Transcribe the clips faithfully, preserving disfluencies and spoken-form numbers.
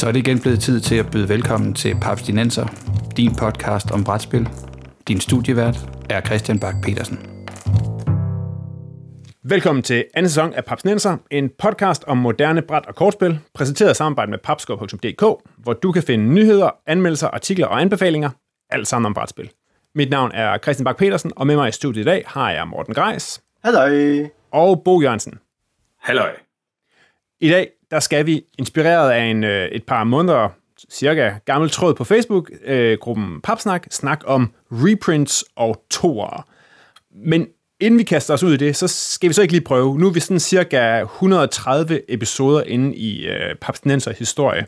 Så er det igen blevet tid til at byde velkommen til Papstinenser, din podcast om brætspil. Din studievært er Christian Bak Petersen. Velkommen til anden sæson af Papstinenser, en podcast om moderne bræt- og kortspil, præsenteret i samarbejde med papskov punktum d k, hvor du kan finde nyheder, anmeldelser, artikler og anbefalinger, alt sammen om brætspil. Mit navn er Christian Bak Petersen, og med mig i studiet i dag har jeg Morten Greis. Halløj. Og Bo Jørgensen. Halløj. I dag der skal vi, inspireret af en, et par måneder, cirka gammel tråd på Facebook-gruppen øh, Papsnak, snakke om reprints og toere. Men inden vi kaster os ud i det, så skal vi så ikke lige prøve. Nu er vi sådan cirka et hundrede og tredive episoder inde i øh, Papstinenser historie.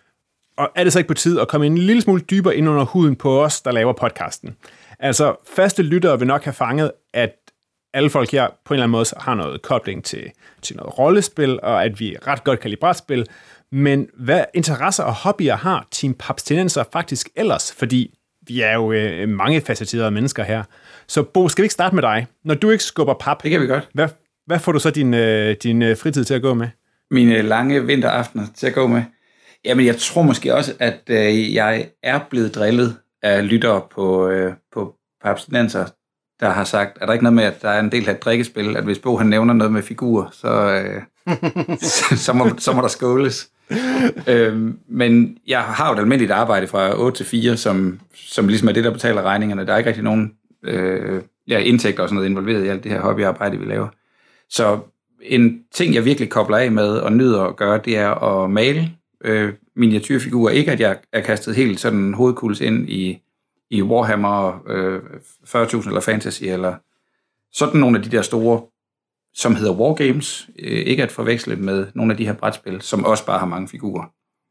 Og er det så ikke på tide at komme en lille smule dybere ind under huden på os, der laver podcasten? Altså, faste lyttere vil nok have fanget, at alle folk her på en eller anden måde har noget kobling til, til noget rollespil, og at vi ret godt kan lide brætspil. Men hvad interesser og hobbyer har Team Papstinenser faktisk ellers? Fordi vi er jo øh, mange facetterede mennesker her. Så Bo, skal vi ikke starte med dig? Når du ikke skubber pap, det kan vi godt. Hvad, hvad får du så din, øh, din fritid til at gå med? Mine lange vinteraftener til at gå med? Jamen, jeg tror måske også, at øh, jeg er blevet drillet af lyttere på, øh, på Papstinenser, der har sagt, er der ikke noget med, at der er en del af et drikkespil, at hvis Bo han nævner noget med figurer, så, øh, så, så, må, så må der skåles. øhm, men jeg har jo et almindeligt arbejde fra otte til fire, som, som ligesom er det, der betaler regningerne. Der er ikke rigtig nogen øh, ja, indtægter og sådan noget involveret i alt det her hobbyarbejde, vi laver. Så en ting, jeg virkelig kobler af med og nyder at gøre, det er at male øh, miniatyrfigurer. Ikke at jeg er kastet helt sådan hovedkuls ind i i Warhammer øh, fyrre tusind eller Fantasy, eller sådan nogle af de der store, som hedder Wargames, øh, ikke at forveksle med nogle af de her brætspil, som også bare har mange figurer.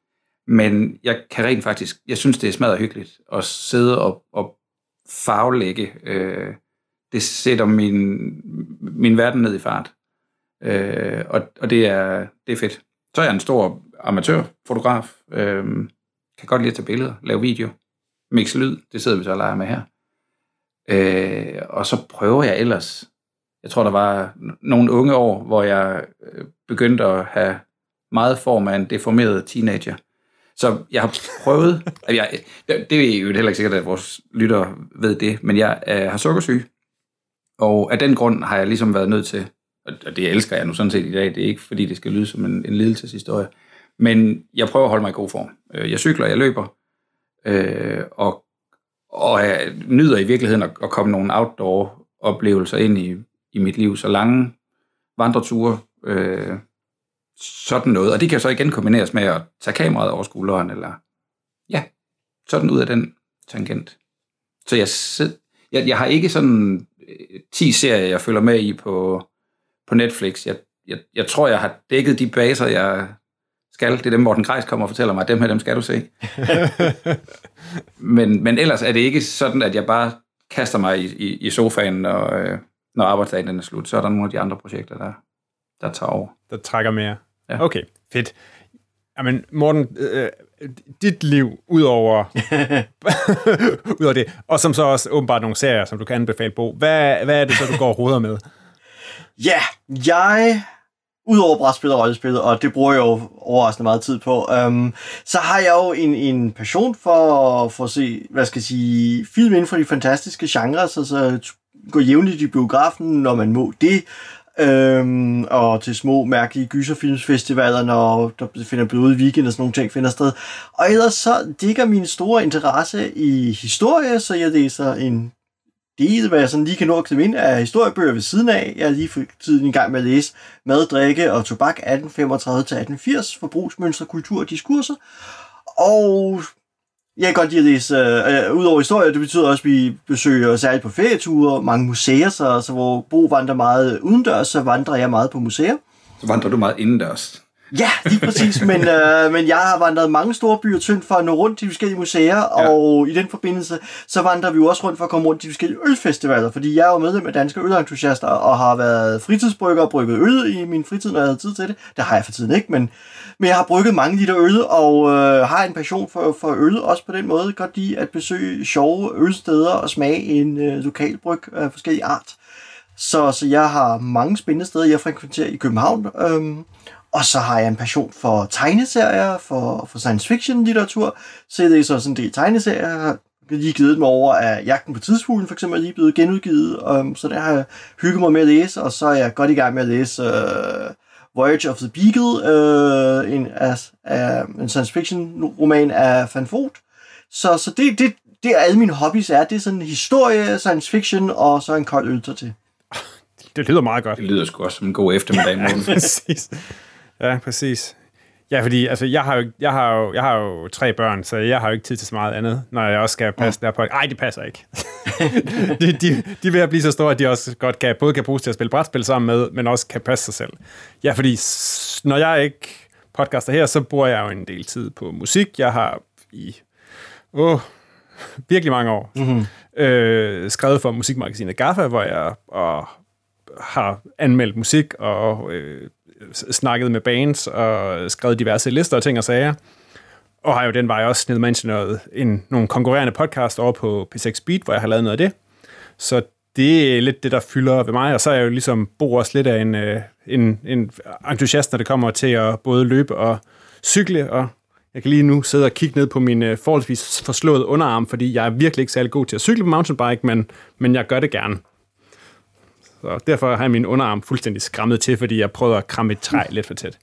Men jeg kan rent faktisk, jeg synes, det er smadret hyggeligt at sidde og, og farvelægge. Øh, det sætter min, min verden ned i fart. Øh, og og det, er, det er fedt. Så er jeg en stor amatørfotograf, øh, kan godt lide at tage billeder, lave video, mixe lyd, det sidder vi så og leger med her. Øh, og så prøver jeg ellers, jeg tror der var nogle unge år, hvor jeg begyndte at have meget form af en deformeret teenager. Så jeg har prøvet, at jeg, det er jo heller ikke sikkert, at vores lyttere ved det, men jeg øh, har sukkersyge, og af den grund har jeg ligesom været nødt til, og det elsker jeg nu sådan set i dag, det er ikke fordi det skal lyde som en, en lidelseshistorie, men jeg prøver at holde mig i god form. Jeg cykler, jeg løber, Øh, og, og jeg nyder i virkeligheden at, at komme nogle outdoor-oplevelser ind i, i mit liv, så lange vandreture, øh, sådan noget. Og det kan så igen kombineres med at tage kameraet over skulderen, eller ja, sådan ud af den tangent. Så jeg, jeg, jeg har ikke sådan ti serier, jeg følger med i på, på Netflix. Jeg, jeg, jeg tror, jeg har dækket de baser, jeg skal. Det er dem, Morten Greis kommer og fortæller mig, at dem her, dem skal du se. men, men ellers er det ikke sådan, at jeg bare kaster mig i, i, i sofaen, når, øh, når arbejdsdagen er slut. Så er der nogle af de andre projekter, der, der tager over. Der trækker mere. Ja. Okay, fedt. Jamen, Morten, øh, dit liv, udover, udover det, og som så også åbenbart nogle serier, som du kan anbefale på, hvad, hvad er det så, du går og roder med? Ja, jeg... Udover brætspil og rollespil, og det bruger jeg jo overraskende meget tid på, øhm, så har jeg jo en, en passion for, for at se, hvad skal jeg sige, film inden for de fantastiske genrer, så, så gå jævnligt i biografen, når man må det, øhm, og til små, mærkelige gyserfilmsfestivaler, når der finder blod i weekend og sådan nogle ting finder sted. Og ellers så digger min store interesse i historie, så jeg læser en del, hvad jeg sådan lige kan nå at klemme ind af historiebøger ved siden af. Jeg er lige for tiden i gang med at læse Mad, drikke og tobak atten femogtredive til atten firs, forbrugsmønstre, kultur og diskurser. Og jeg kan godt lide at læse, øh, udover historie, det betyder også, at vi besøger særligt på ferieture, mange museer, så, så hvor Bo vandrer meget udendørs, så vandrer jeg meget på museer. Så vandrer du meget indendørs? Ja, lige præcis, men, øh, men jeg har vandret mange store byer tyndt for at nå rundt til forskellige museer, ja. Og i den forbindelse, så vandrer vi jo også rundt for at komme rundt til forskellige ølfestivaler, fordi jeg er jo medlem af Danske Ølentusiaster og har været fritidsbrygger og brygget øl i min fritid, når jeg havde tid til det. Det har jeg for tiden ikke, men, men jeg har brygget mange liter øl og øh, har en passion for, for øl, også på den måde. Godt lide at besøge sjove ølsteder og smage en øh, lokal bryg af forskellige art. Så, så jeg har mange spændende steder, jeg frekventerer i København, øhm, Og så har jeg en passion for tegneserier, for, for science fiction litteratur, så det er så sådan en del tegneserier. Jeg har lige givet mig over af Jagten på Tidsfuglen, for eksempel, er lige blevet genudgivet, um, så der har jeg hygget mig med at læse, og så er jeg godt i gang med at læse uh, Voyage of the Beagle, uh, en, af, af, en science fiction roman af Van Vogt. Så, så det, det, det er alle mine hobbies er, det er sådan historie, science fiction, og så en kold øl til. Det lyder meget godt. Det lyder sgu også som en god eftermiddag morgen. Ja, præcis. Ja, præcis. Ja, fordi altså, jeg, har jo, jeg, har jo, jeg har jo tre børn, så jeg har jo ikke tid til så meget andet, når jeg også skal passe ja. der på. Ej, det passer ikke. de, de, de vil blive så store, at de også godt kan, både kan bruges til at spille brætspil sammen med, men også kan passe sig selv. Ja, fordi når jeg ikke podcaster her, så bruger jeg jo en del tid på musik. Jeg har i åh, virkelig mange år mm-hmm. øh, skrevet for musikmagasinet GAFFA, hvor jeg og, har anmeldt musik og øh, snakket med bands og skrevet diverse lister og ting og sager. Og har jo den vej også snedet mig ind til noget, en, nogle konkurrerende podcast over på P seks Beat, hvor jeg har lavet noget af det. Så det er lidt det, der fylder ved mig. Og så er jeg jo ligesom Bo også lidt af en, en, en entusiast, når det kommer til at både løbe og cykle. Og jeg kan lige nu sidde og kigge ned på min forholdsvis forslåede underarm, fordi jeg er virkelig ikke særlig god til at cykle på mountainbike, men, men jeg gør det gerne. Så derfor har jeg min underarm fuldstændig skrammet til, fordi jeg prøvede at kramme et træ lidt for tæt.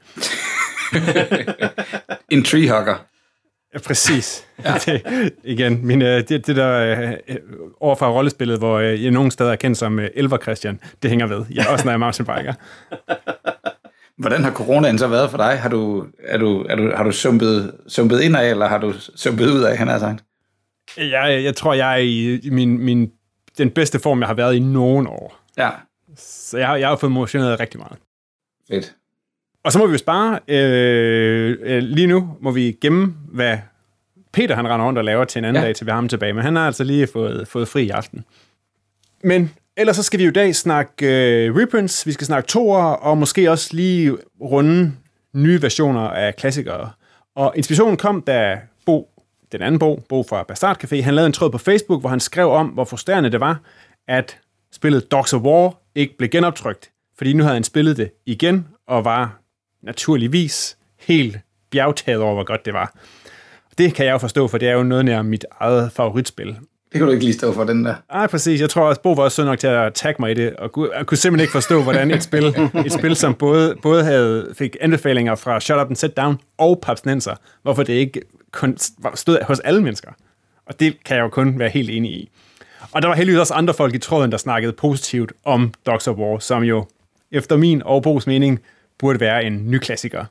En treehugger. Ja, præcis. Ja. Det, igen, min, det, det der øh, overfor rollespillet, hvor øh, jeg nogle steder er kendt som øh, Elver Christian, det hænger ved. Jeg også, når jeg er mountainbiker. Hvordan har coronaen så været for dig? Har du, er du, er du, har du sumpet, sumpet ind af, eller har du sumpet ud af, han har sagt? Jeg, jeg tror, jeg er i, i min, min, den bedste form, jeg har været i nogen år. Ja. Så jeg har, jeg har fået motioneret rigtig meget. Fedt. Og så må vi jo spare. Øh, øh, lige nu må vi gemme, hvad Peter han render rundt og laver til en anden ja. dag, til vi har ham tilbage. Men han har altså lige fået, fået fri i aften. Men ellers så skal vi jo i dag snakke øh, reprints, vi skal snakke toer, og måske også lige runde nye versioner af klassikere. Og inspirationen kom, da Bo, den anden Bo, Bo fra Bastard Café, han lavede en tråd på Facebook, hvor han skrev om, hvor frustrerende det var, at spillet Dogs of War ikke blev genoptrykt. Fordi nu havde han spillet det igen, og var naturligvis helt bjergtaget over, hvor godt det var. Det kan jeg jo forstå, for det er jo noget nær mit eget favoritspil. Det kan du ikke lige stå for, den der. Nej, præcis. Jeg tror også, Bo var også sød nok til at tagge mig i det, og kunne, jeg kunne simpelthen ikke forstå, hvordan et spil, et spil som både, både havde, fik anbefalinger fra Shut Up and Sit Down og Papsnenser, hvorfor det ikke kun stod hos alle mennesker. Og det kan jeg jo kun være helt enig i. Og der var heldigvis også andre folk i tråden, der snakkede positivt om Dogs of War, som jo efter min og Bo's mening burde være en ny klassiker.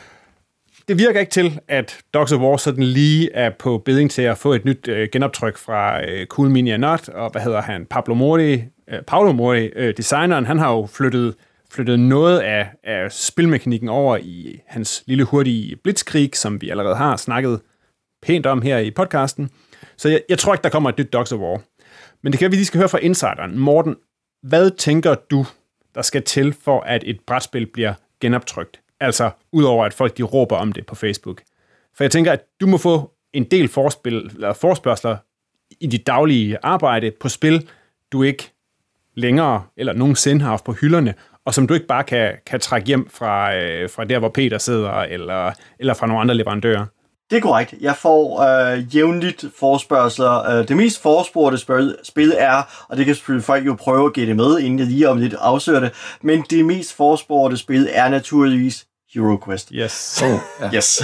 Det virker ikke til, at Dogs of War sådan lige er på beding til at få et nyt øh, genoptryk fra øh, Cool Mini and Not, og hvad hedder han, Pablo Mori, øh, Paolo Mori, øh, designeren, han har jo flyttet, flyttet noget af, af spilmekanikken over i hans lille hurtige Blitzkrieg, som vi allerede har snakket pænt om her i podcasten. Så jeg, jeg tror ikke, der kommer et nyt Dogs of War. Men det kan vi lige skal høre fra insideren. Morten, hvad tænker du, der skal til for, at et brætspil bliver genoptrykt? Altså, udover at folk de råber om det på Facebook. For jeg tænker, at du må få en del forspil, eller forspørgsler i dit daglige arbejde på spil, du ikke længere eller nogensinde har haft på hylderne, og som du ikke bare kan, kan trække hjem fra, øh, fra der, hvor Peter sidder, eller, eller fra nogle andre leverandører. Det er korrekt. Jeg får øh, jævnligt forespørgsler. Øh, det mest forespurgte spil, spil er, og det kan selvfølgelig folk jo prøve at gætte med, inden jeg lige om lidt afsøger det, men det mest forespurgte spil er naturligvis Hero Quest. Yes. Oh, ja. Yes.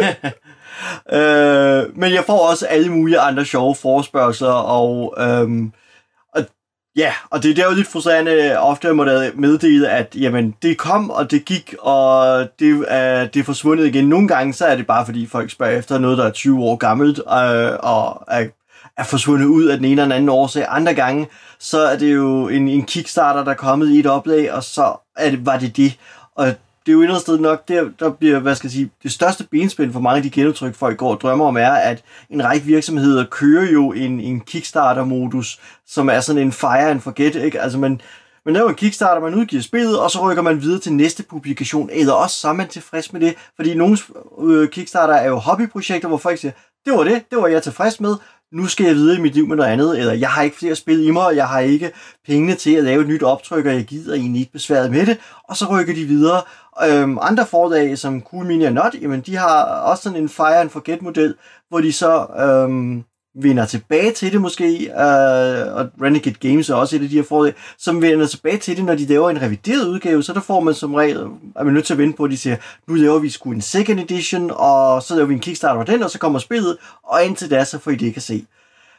øh, men jeg får også alle mulige andre sjove forespørgsler, og, øhm, og ja, og det, det er jo lidt frustrerende. Ofte må jeg meddele, at jamen, det kom, og det gik, og det er, det er forsvundet igen. Nogle gange, så er det bare, fordi folk spørger efter noget, der er tyve år gammelt, øh, og er, er forsvundet ud af den ene eller anden årsag. Andre gange, så er det jo en, en Kickstarter, der er kommet i et oplag, og så er det, var det det. Og det er jo et eller andet sted nok, der, der bliver, hvad skal jeg sige, det største benspænd for mange af de genudtryk, folk går og drømmer om, er, at en række virksomheder kører jo en, en Kickstarter-modus, som er sådan en fire and forget, ikke? Altså man, man laver en Kickstarter, man udgiver spillet, og så rykker man videre til næste publikation, eller også så er man tilfreds med det, fordi nogle øh, Kickstarter er jo hobbyprojekter, hvor folk siger, det var det, det var jeg tilfreds med, nu skal jeg videre i mit liv med noget andet, eller jeg har ikke flere spil i mig, og jeg har ikke pengene til at lave et nyt optryk, og jeg gider egentlig ikke besværet med det, og så rykker de videre. Øhm, andre forlag, som Cool Mini og Not, jamen, de har også sådan en fire and forget-model, hvor de så øhm, vender tilbage til det måske, øh, og Renegade Games er også et af de her forlag, som vender tilbage til det, når de laver en revideret udgave, så der får man som regel, er man nødt til at vente på, at de siger, nu laver vi sgu en second edition, og så laver vi en Kickstarter på den, og så kommer spillet, og indtil da, så får I det ikke at se.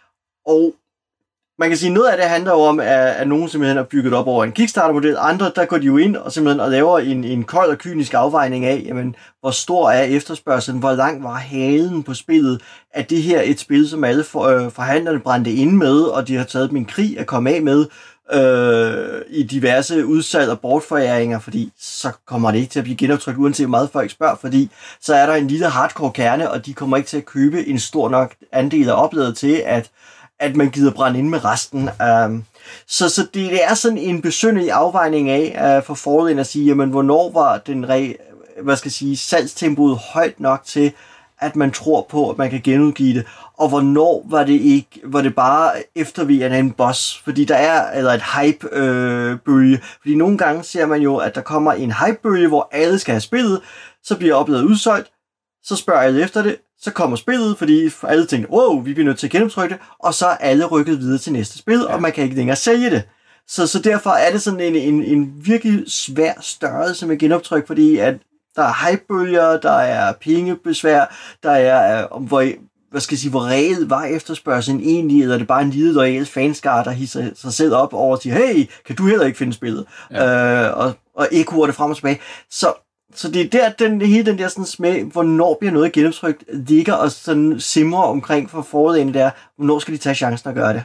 Og man kan sige, noget af det handler jo om, at, at nogen simpelthen er bygget op over en Kickstarter-model. Andre, der går de jo ind og simpelthen og laver en, en kold og kynisk afvejning af, jamen, hvor stor er efterspørgselen, hvor lang var halen på spillet. Er det her et spil, som alle for, øh, forhandlerne brændte ind med, og de har taget dem en krig at komme af med øh, i diverse udsalg og bortforæringer, fordi så kommer det ikke til at blive genoptrykt, uanset hvor meget folk spørger, fordi så er der en lille hardcore kerne, og de kommer ikke til at købe en stor nok andel af opladet til, at at man gider brænde ind med resten. Um, så så det, det er sådan en besynderlig afvejning af uh, for forlægen at sige, jamen, hvornår var den re, hvad skal jeg sige, salgstempoet højt nok til, at man tror på, at man kan genudgive det, og hvornår var det ikke, var det bare efter vi er en boss, fordi der er, eller et hype-bølge, øh, fordi nogle gange ser man jo, at der kommer en hype-bølge, hvor alle skal have spillet, så bliver oplevet udsolgt, så spørger alle efter det, så kommer spillet, fordi alle tænker, wow, vi bliver nødt til at genoptrykke det, og så er alle rykket videre til næste spil, ja. Og man kan ikke længere sælge det. Så, så derfor er det sådan en, en, en virkelig svær størrelse med genoptryk, fordi at der er hypebølger, der er pengebesvær, der er, om hvor, hvad skal jeg sige, hvor reelt var efterspørgselen egentlig, eller er det bare en lille loyal fanskare, der hisser sig selv op over og siger, hey, kan du heller ikke finde spillet? Ja. Øh, og, og ekoer det frem og tilbage. Så Så det er der, den, hele den der sådan med, hvornår bliver noget genoptrykt, ligger og sådan simrer omkring for forudene der, hvornår skal de tage chancen at gøre det?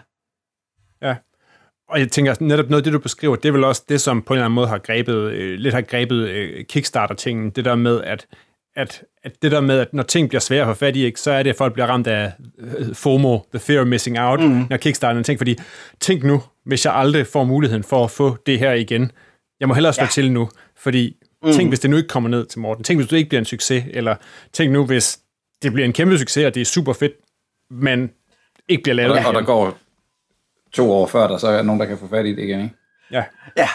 Ja, og jeg tænker, netop noget af det, du beskriver, det er vel også det, som på en eller anden måde har grebet, øh, lidt har grebet øh, Kickstarter-tingen, det der med, at, at, at det der med, at når ting bliver svære at få fat i, ikke, så er det, at folk bliver ramt af øh, FOMO, the fear of missing out, mm. når Kickstarter ting, fordi tænk nu, hvis jeg aldrig får muligheden for at få det her igen, jeg må hellere slå ja. til nu, fordi Mm. Tænk, hvis det nu ikke kommer ned til Morten. Tænk, hvis det ikke bliver en succes. Eller tænk nu, hvis det bliver en kæmpe succes, og det er super fedt, men ikke bliver lavet. Og der, og der går to år før, der så er nogen, der kan få fat i det igen, ikke? Ja. Ja.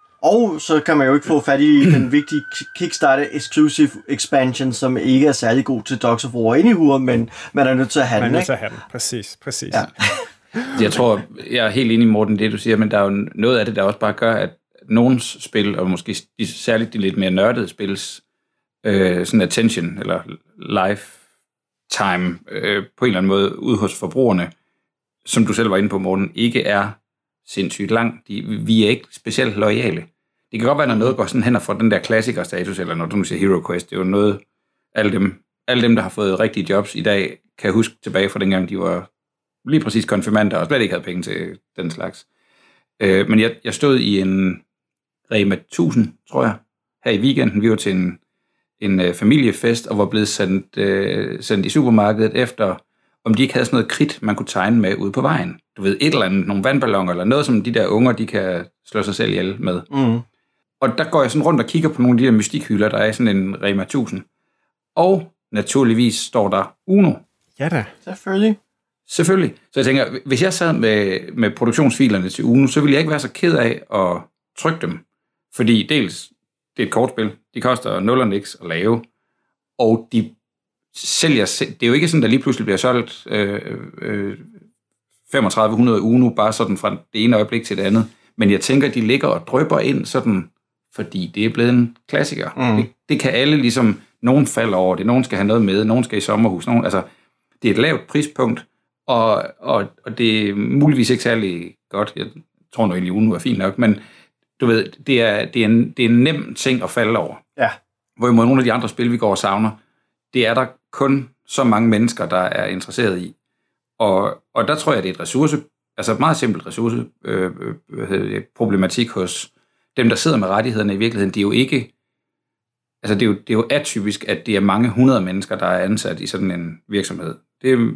Og så kan man jo ikke få fat i den vigtige Kickstarter Exclusive Expansion, som ikke er særlig god til Dogs of War anyhow, men man er nødt til at have den, ikke? Man er nødt til at have den, præcis. præcis. Ja. Jeg tror, jeg er helt enig, Morten, det du siger, men der er jo noget af det, der også bare gør, at nogens spil, og måske særligt de lidt mere nørdede spils, øh, sådan attention, eller lifetime, øh, på en eller anden måde, ude hos forbrugerne, som du selv var inde på, Morten, ikke er sindssygt lang. De, vi er ikke specielt loyale. Det kan godt være, når noget går sådan hen og fra den der klassikerstatus, eller når du nu siger Hero Quest, det er jo noget, alle dem, alle dem, der har fået rigtige jobs i dag, kan huske tilbage fra dengang, de var lige præcis konfirmander, og slet ikke havde penge til den slags. Øh, men jeg, jeg stod i en Rema tusind, tror jeg, her i weekenden. Vi var til en, en uh, familiefest, og var blevet sendt, uh, sendt i supermarkedet efter, om de ikke havde sådan noget kridt, man kunne tegne med ude på vejen. Du ved, et eller andet, nogle vandballoner, eller noget, som de der unger, de kan slå sig selv ihjel med. Mm. Og der går jeg sådan rundt og kigger på nogle af de der mystikhylder, der er i sådan en Rema tusind. Og naturligvis står der Uno. Ja da. Selvfølgelig. Selvfølgelig. Så jeg tænker, hvis jeg sad med, med produktionsfilerne til Uno, så ville jeg ikke være så ked af at trykke dem. Fordi dels, det er et kortspil, de koster nul og niks at lave, og de sælger, det er jo ikke sådan, der lige pludselig bliver solgt øh, øh, femogtredive hundrede Uno, bare sådan fra det ene øjeblik til det andet. Men jeg tænker, de ligger og drypper ind sådan, fordi det er blevet en klassiker. Mm. Det, det kan alle ligesom, nogen falder over det, nogen skal have noget med, nogen skal i sommerhus, nogen, altså, det er et lavt prispunkt, og, og, og det er muligvis ikke særlig godt. Jeg tror nu egentlig, Uno er fint nok, men du ved, det er, det, er en, det er en nem ting at falde over. Ja. Hvorimod nogle af de andre spil, vi går og savner, det er der kun så mange mennesker, der er interesseret i. Og, og der tror jeg, det er et ressource, altså et meget simpelt ressource, øh, øh, problematik hos dem, der sidder med rettighederne i virkeligheden. Det er jo ikke, altså det er jo, det er jo atypisk, at det er mange hundrede mennesker, der er ansat i sådan en virksomhed. Det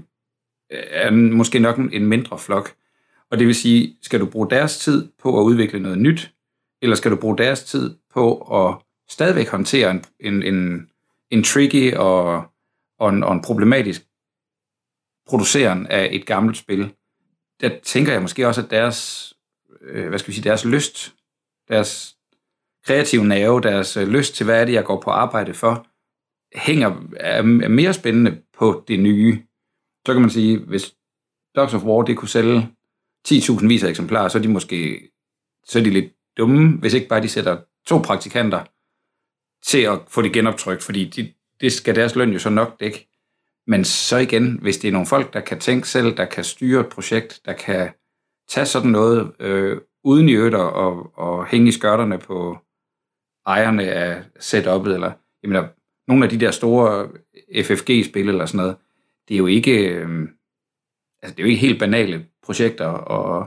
er måske nok en mindre flok. Og det vil sige, skal du bruge deres tid på at udvikle noget nyt, eller skal du bruge deres tid på at stadigvæk håndtere en, en, en, en tricky og, og, en, og en problematisk produceren af et gammelt spil? Der tænker jeg måske også, at deres, øh, hvad skal vi sige, deres lyst, deres kreative nerve, deres øh, lyst til, hvad er det, jeg går på arbejde for, hænger, er, er mere spændende på det nye. Så kan man sige, hvis Dogs of War, det kunne sælge ti tusind vis af eksemplarer, så er de måske så er de lidt dumme, hvis ikke bare de sætter to praktikanter til at få det genoptrykt, fordi de, det skal deres løn jo så nok dække. Men så igen, hvis det er nogle folk, der kan tænke selv, der kan styre et projekt, der kan tage sådan noget, øh, uden i øvrigt og, og hænge i skørterne på ejerne af setup'et, eller jeg mener, nogle af de der store F F G-spil eller sådan noget, det er jo ikke, øh, altså det er jo ikke helt banale projekter at,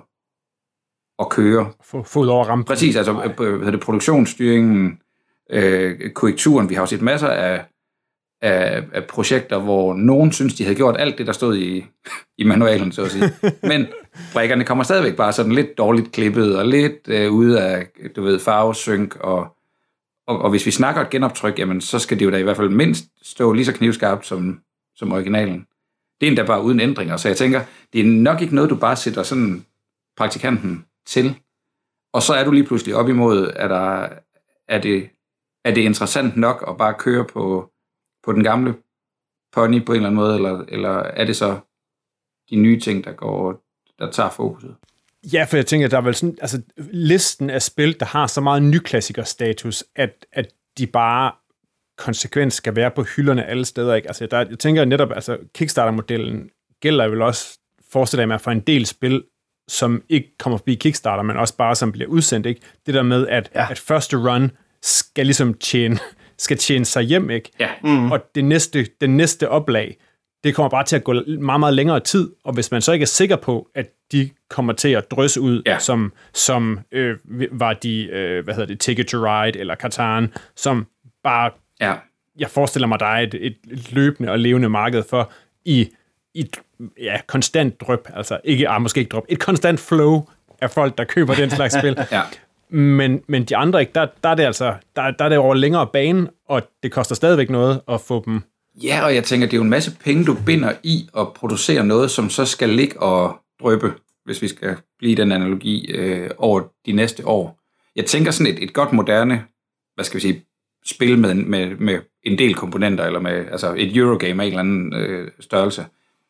at køre. Få fod over rampen. Præcis, altså hvad hedder det, produktionsstyringen, øh, korrekturen, vi har jo set masser af, af, af projekter, hvor nogen synes, de havde gjort alt det, der stod i, i manualen, så at sige. Men brækkerne kommer stadigvæk bare sådan lidt dårligt klippet, og lidt øh, ude af, du ved, farvesynk, og, og, og hvis vi snakker et genoptryk, jamen, så skal det jo da i hvert fald mindst stå lige så knivskarpt som, som originalen. Det er endda bare uden ændringer, så jeg tænker, det er nok ikke noget, du bare sætter sådan praktikanten til, og så er du lige pludselig op imod, at der, er, det, er det interessant nok at bare køre på, på den gamle pony på en eller anden måde, eller, eller er det så de nye ting, der går, der tager fokuset? Ja, for jeg tænker, at der er vel sådan, altså listen af spil, der har så meget nyklassikerstatus, at, at de bare konsekvent skal være på hylderne alle steder, ikke? Altså, der, jeg tænker netop, altså Kickstarter-modellen gælder vel også, forestiller jeg mig, for en del spil, som ikke kommer forbi Kickstarter, men også bare som bliver udsendt, ikke? Det der med, at, ja. at første run skal ligesom tjene, skal tjene sig hjem, ikke? Ja. Mm. Og det næste, den næste oplag, det kommer bare til at gå meget, meget længere tid, og hvis man så ikke er sikker på, at de kommer til at drysse ud, ja. som, som øh, var de, øh, hvad hedder det, Ticket to Ride, eller Catan, som bare, ja. jeg forestiller mig, der er et, et, et løbende og levende marked for, i i ja, konstant dryp, altså ikke, ah, måske ikke dryp, et konstant flow af folk, der køber den slags spil. Ja. Men, men de andre ikke, der, der er det altså, der, der er det over længere bane, og det koster stadigvæk noget at få dem. Ja, og jeg tænker, det er jo en masse penge, du binder i at producere noget, som så skal ligge og dryppe, hvis vi skal blive den analogi, øh, over de næste år. Jeg tænker sådan et, et godt moderne, hvad skal vi sige, spil med, med, med en del komponenter, eller med altså et Eurogame af en eller anden øh, størrelse.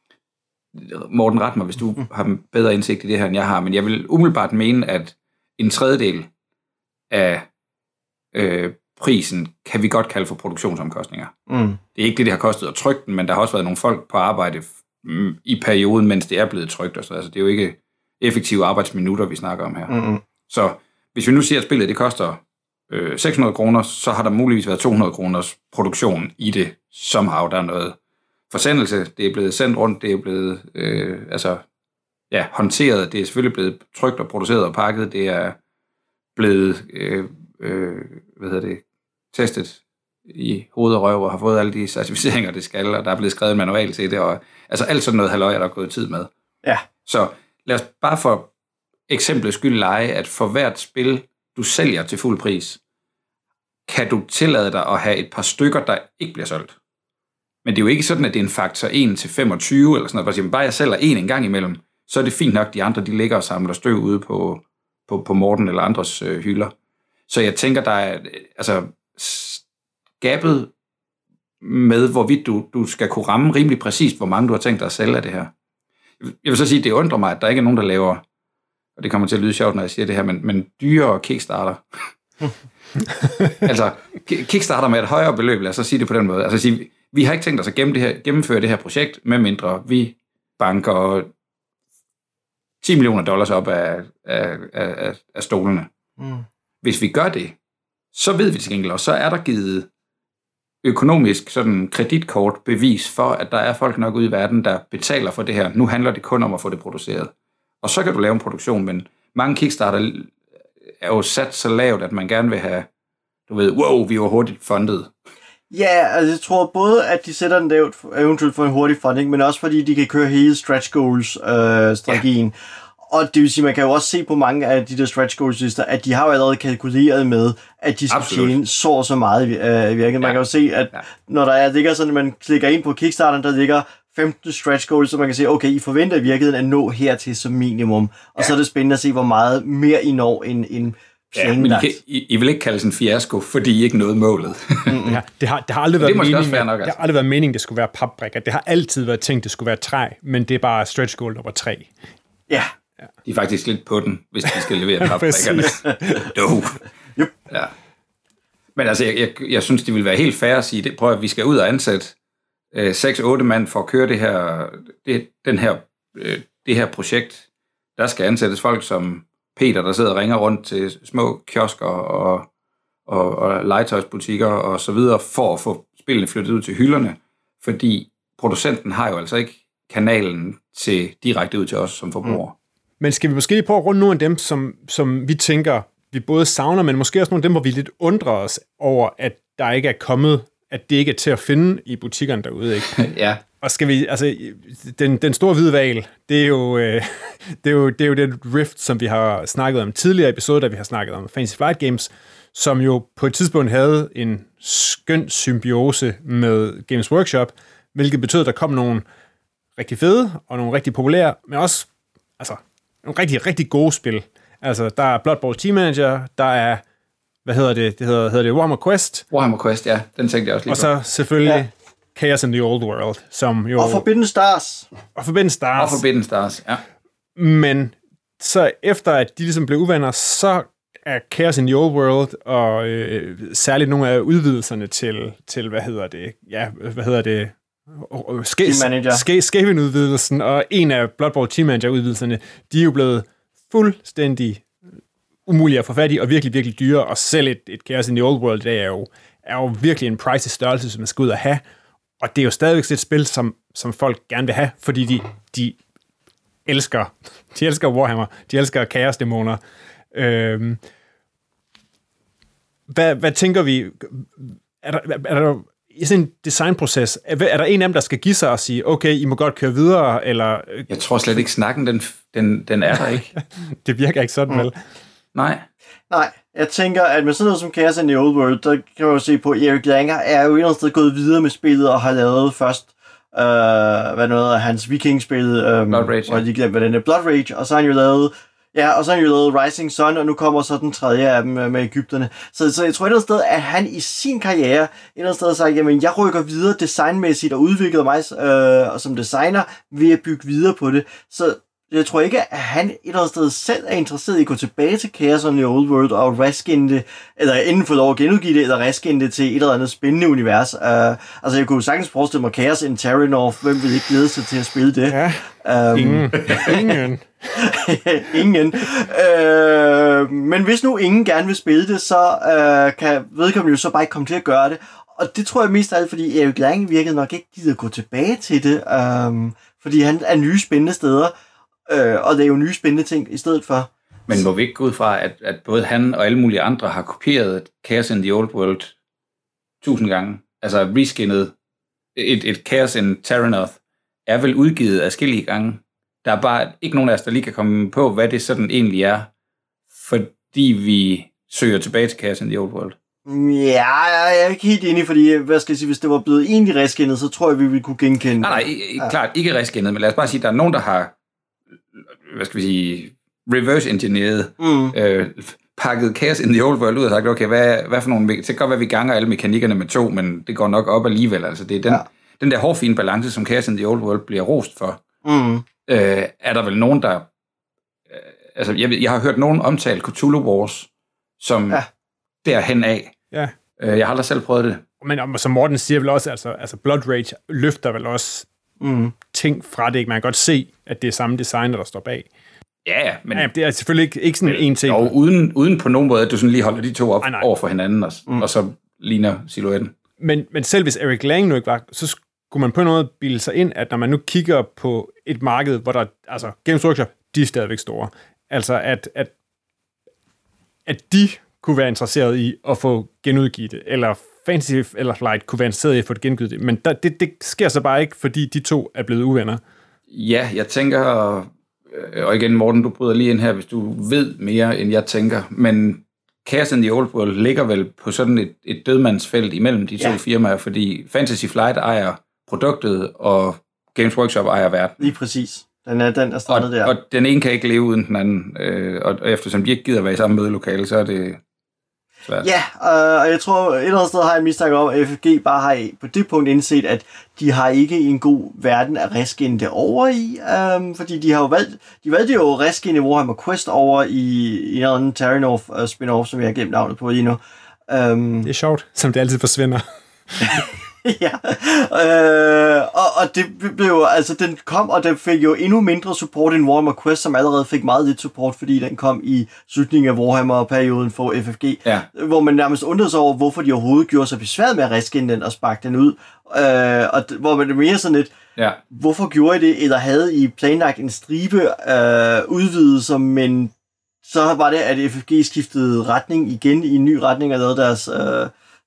Morten, ret mig, hvis du har bedre indsigt i det her, end jeg har, men jeg vil umiddelbart mene, at en tredjedel af øh, prisen kan vi godt kalde for produktionsomkostninger. Mm. Det er ikke det, det har kostet at trykke den, men der har også været nogle folk på arbejde mm, i perioden, mens det er blevet trykt. Og så. Altså, det er jo ikke effektive arbejdsminutter, vi snakker om her. Mm-hmm. Så hvis vi nu siger, at spillet det koster øh, seks hundrede kroner, så har der muligvis været to hundrede kroners produktion i det, somehow. Der er noget forsendelse, det er blevet sendt rundt, det er blevet øh, altså, ja, håndteret, det er selvfølgelig blevet trykt og produceret og pakket, det er blevet øh, øh, hvad hedder det, testet i hoved og røv og har fået alle de certificeringer, det skal, og der er blevet skrevet en manual til det, og altså alt sådan noget halløj, der er gået tid med. Ja. Så lad os bare for eksemplets skyld lege, at for hvert spil, du sælger til fuld pris, kan du tillade dig at have et par stykker, der ikke bliver solgt. Men det er jo ikke sådan, at det er en faktor en til femogtyve, eller sådan noget. Bare, bare jeg sælger en en gang imellem, så er det fint nok, de andre, de ligger og samler støv ude på, på, på Morten eller andres øh, hylder. Så jeg tænker, der er altså gabet med, hvorvidt du, du skal kunne ramme rimelig præcist, hvor mange du har tænkt dig at sælge af det her. Jeg vil så sige, det undrer mig, at der ikke er nogen, der laver, og det kommer til at lyde sjovt, når jeg siger det her, men, men dyre Kickstarter. Altså, Kickstarter med et højere beløb, lad os så sige det på den måde. Altså sige, vi har ikke tænkt os at gennem det her, gennemføre det her projekt, medmindre vi banker ti millioner dollars op af, af, af, af stolene. Mm. Hvis vi gør det, så ved vi til gengæld også, så er der givet økonomisk sådan kreditkortbevis for, at der er folk nok ude i verden, der betaler for det her. Nu handler det kun om at få det produceret. Og så kan du lave en produktion, men mange Kickstarter er jo sat så lavt, at man gerne vil have, du ved, wow, vi var hurtigt fundet. Ja, altså jeg tror både, at de sætter den lavt, eventuelt for en hurtig funding, men også fordi de kan køre hele stretch goals-strategien. Øh, ja. Og det vil sige, man kan jo også se på mange af de der stretch goals-lister, at de har jo allerede kalkuleret med, at de skal Absolut. tjene så og så meget i øh, virket. Man ja. kan jo se, at ja. når der er, ligger sådan, at man klikker ind på Kickstarter, der ligger femten stretch goals, så man kan se, okay, I forventer i virkeligheden at nå hertil som minimum. Og ja. så er det spændende at se, hvor meget mere I når, end, end Ja, men I, kan, I, I vil ikke kalde det en fiasko, fordi I ikke nåede målet. ja, det, har, det har aldrig været det meningen, nok, altså. det har aldrig været meningen, det skulle være papbrikker. Det har altid været tænkt, det skulle være træ, men det er bare stretch goal nummer tre. Ja. ja. De er faktisk lidt på den, hvis de skal levere papbrikkerne. Duh. Yep. Ja. Men altså, jeg, jeg, jeg synes, det vil være helt fair at sige, det, prøv at vi skal ud og ansætte seks otte mand for at køre det her, det, den her, øh, det her projekt. Der skal ansættes folk som Peter, der sidder og ringer rundt til små kiosker og, og, og legetøjsbutikker og så videre, for at få spillene flyttet ud til hylderne, fordi producenten har jo altså ikke kanalen til direkte ud til os som forbrugere. Mm. Men skal vi måske lige prøve at runde nogle af dem, som, som vi tænker, vi både savner, men måske også nogle af dem, hvor vi lidt undrer os over, at der ikke er kommet, at det ikke er til at finde i butikkerne derude, ikke? Ja. Og skal vi, altså, den, den store hvide hval, det er jo, øh, det er jo, det er jo den Rift, som vi har snakket om tidligere episoder, da vi har snakket om Fantasy Flight Games, som jo på et tidspunkt havde en skøn symbiose med Games Workshop, hvilket betød, at der kom nogle rigtig fede og nogle rigtig populære, men også altså, nogle rigtig, rigtig gode spil. Altså, der er Blood Bowl Team Manager, der er, hvad hedder det, det hedder, hedder det Warhammer Quest. Warhammer Quest, ja, den tænkte jeg også lige og på. Og så selvfølgelig ja. Chaos in the Old World, som jo... Og Forbidden Stars. Og Forbidden Stars. Og Forbidden Stars, ja. Men så efter, at de ligesom blev uvenner, så er Chaos in the Old World, og øh, særligt nogle af udvidelserne til, til, hvad hedder det, ja, hvad hedder det, Skaven-udvidelsen, og en af Blood Bowl Team Manager-udvidelserne, de er jo blevet fuldstændig umulige at få fat i, og virkelig, virkelig dyre, og selv et, et Chaos in the Old World, det er jo, er jo virkelig en price størrelse, som man skal ud og have, og det er jo stadigvæk et spil, som, som folk gerne vil have, fordi de, de elsker, de elsker Warhammer, de elsker Chaos-dæmoner. Øhm, hvad, hvad tænker vi, er der, er der i sådan en designproces, er, er der en af dem, der skal give sig og sige, okay, I må godt køre videre, eller... Jeg tror slet ikke, snakken, den, den, den er der ikke. Det virker ikke sådan, mm. vel? Nej. Nej, jeg tænker, at med sådan noget som Chaos in the Old World, der kan man jo se på, at Eric Langer er jo et eller andet sted gået videre med spillet, og har lavet først, øh, hvad noget af hans Viking-spil, øh, Blood Rage, hvor jeg lige glemte, hvad den er, Blood Rage, og så har han jo lavet, ja, og så har han jo lavet Rising Sun, og nu kommer så den tredje af dem med Egypterne. Så, så jeg tror et eller andet sted, at han i sin karriere, et eller andet sted har sagt, jamen, jeg rykker videre designmæssigt, og udvikler mig øh, som designer, ved at bygge videre på det. Så jeg tror ikke, at han et eller andet sted selv er interesseret i at gå tilbage til Chaos in the Old World og reskinde det, eller enten få lov at genudgive det, eller reskinde det til et eller andet spændende univers. Uh, altså, jeg kunne sagtens forestille mig Chaos in Terranor. Hvem vil ikke glæde sig til at spille det? Ja, um, ingen. Ingen. ingen. Uh, men hvis nu ingen gerne vil spille det, så uh, kan vedkommende jo så bare ikke komme til at gøre det. Og det tror jeg mest af alt, fordi Eric Lang virkede nok ikke gider at gå tilbage til det, um, fordi han er nye spændende steder. Øh, og det er jo nye spændende ting i stedet for. Men må vi ikke gå ud fra, at, at både han og alle mulige andre har kopieret Chaos in the Old World tusind gange? Altså reskinnet et, et Chaos in Terranoth er vel udgivet adskillige gange. Der er bare ikke nogen af os, der lige kan komme på, hvad det sådan egentlig er, fordi vi søger tilbage til Chaos in the Old World. Ja, jeg er ikke helt enig, fordi hvad skal jeg sige, hvis det var blevet egentlig reskinnet, så tror jeg, vi ville kunne genkende. Nej, nej, ja. Klart ikke reskinnet, men lad os bare sige, at der er nogen, der har hvad skal vi sige, reverse engineeret, mm. øh, pakket Chaos in the Old World ud og sagt, okay, hvad, hvad for nogle, det kan godt være, vi ganger alle mekanikkerne med to, men det går nok op alligevel, altså det er den, ja. den der hårfine balance, som Chaos in the Old World bliver rost for, mm. øh, er der vel nogen, der, øh, altså jeg, jeg har hørt nogen omtale Cthulhu Wars, som ja. derhen af. Ja. Øh, jeg har aldrig selv prøvet det. Men som Morten siger vel også, altså, altså Blood Rage løfter vel også mm. ting fra det, ikke? Man kan godt se, at det er samme designer, der står bag. Ja, ja, men... Ja, det er selvfølgelig ikke, ikke sådan men, en ting. Og uden, uden på nogen måde, at du sådan lige holder de to op nej, nej. over for hinanden, og, mm. og så ligner silhuetten. Men, men selv hvis Eric Lang nu ikke var, så skulle man på en måde bilde sig ind, at når man nu kigger på et marked, hvor der, altså Games Workshop, de er stadigvæk store. Altså at, at, at de kunne være interesseret i at få genudgivet det, eller Fantasy eller Flight kunne være interesseret i at få det genudgivet det. Men der, det, det sker så bare ikke, fordi de to er blevet uvenner. Ja, jeg tænker, og igen Morten, du bryder lige ind her, hvis du ved mere, end jeg tænker, men Chaos in the Old World ligger vel på sådan et, et dødmandsfelt imellem de to ja. firmaer, fordi Fantasy Flight ejer produktet, og Games Workshop ejer verden. Lige præcis. Den er, den er strandet og, der. Og den ene kan ikke leve uden den anden, øh, og, og eftersom de ikke gider være i samme mødelokale, så er det svært. Ja, øh, og jeg tror, et eller andet sted har jeg en mistanke om, at F F G bare har på det punkt indset, at de har ikke en god verden at reskinne det over i, øh, fordi de har jo valgt, de valgte jo at reskinne Warhammer Quest over i, i en eller anden Terranor uh, spin-off, som jeg har glemt navnet på lige nu. Um, det er sjovt, som det altid forsvinder. ja, øh, og, og det blev altså den kom, og den fik jo endnu mindre support end Warhammer Quest, som allerede fik meget lidt support, fordi den kom i slutningen af Warhammer-perioden for F F G, ja. hvor man nærmest undrede sig over, hvorfor de overhovedet gjorde sig besværet med at reskinne den og sparke den ud, øh, og d- hvor man det mere sådan lidt, ja. hvorfor gjorde I det, eller havde I planlagt en stribe øh, udvidelser, men så var det, at F F G skiftede retning igen i en ny retning og lavede deres øh,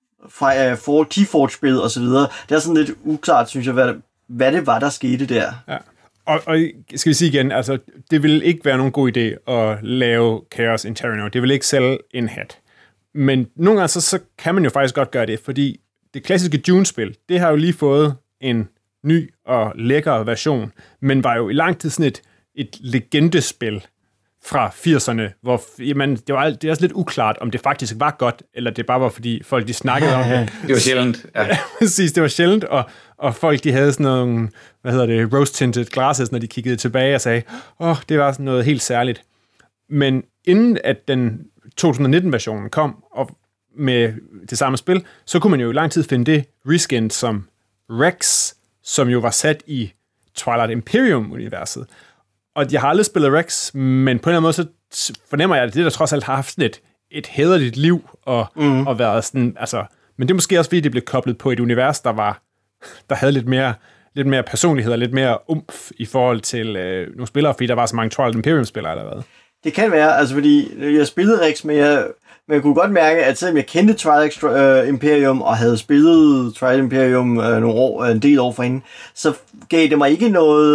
fra uh, for Keyforge-spil og så videre. Det er sådan lidt uklart, synes jeg, hvad, hvad det var, der skete der. Ja. Og, og skal vi sige igen, altså, det vil ikke være nogen god idé at lave Chaos in Terranor. Det vil ikke sælge en hat. Men nogle gange så, så kan man jo faktisk godt gøre det, fordi det klassiske Dune-spil, det har jo lige fået en ny og lækker version, men var jo i lang tid sådan et, et legendespil fra firserne, hvor jamen, det, var, det er også lidt uklart, om det faktisk var godt, eller det bare var, fordi folk de snakkede om det. Det var sjældent. Ja. Ja, præcis, det var sjældent, og, og folk de havde sådan nogle, hvad hedder det, rose-tinted glasses, når de kiggede tilbage og sagde, åh, oh, det var sådan noget helt særligt. Men inden at den to tusind nitten-versionen kom, og med det samme spil, så kunne man jo i lang tid finde det reskin som Rex, som jo var sat i Twilight Imperium-universet. Og jeg har aldrig spillet Rex, men på en eller anden måde, så fornemmer jeg, at det der trods alt har haft sådan et, et hæderligt liv, og, mm. og været sådan, altså, men det er måske også, fordi det blev koblet på et univers, der var, der havde lidt mere, lidt mere personlighed, og lidt mere umf i forhold til øh, nogle spillere, fordi der var så mange Twilight Imperium-spillere allerede. Det kan være, altså fordi jeg spillede Rex, men jeg, men jeg kunne godt mærke, at selvom jeg kendte Twilight uh, Imperium, og havde spillet Twilight Imperium uh, nogle år, en del år forinden, så gav det mig ikke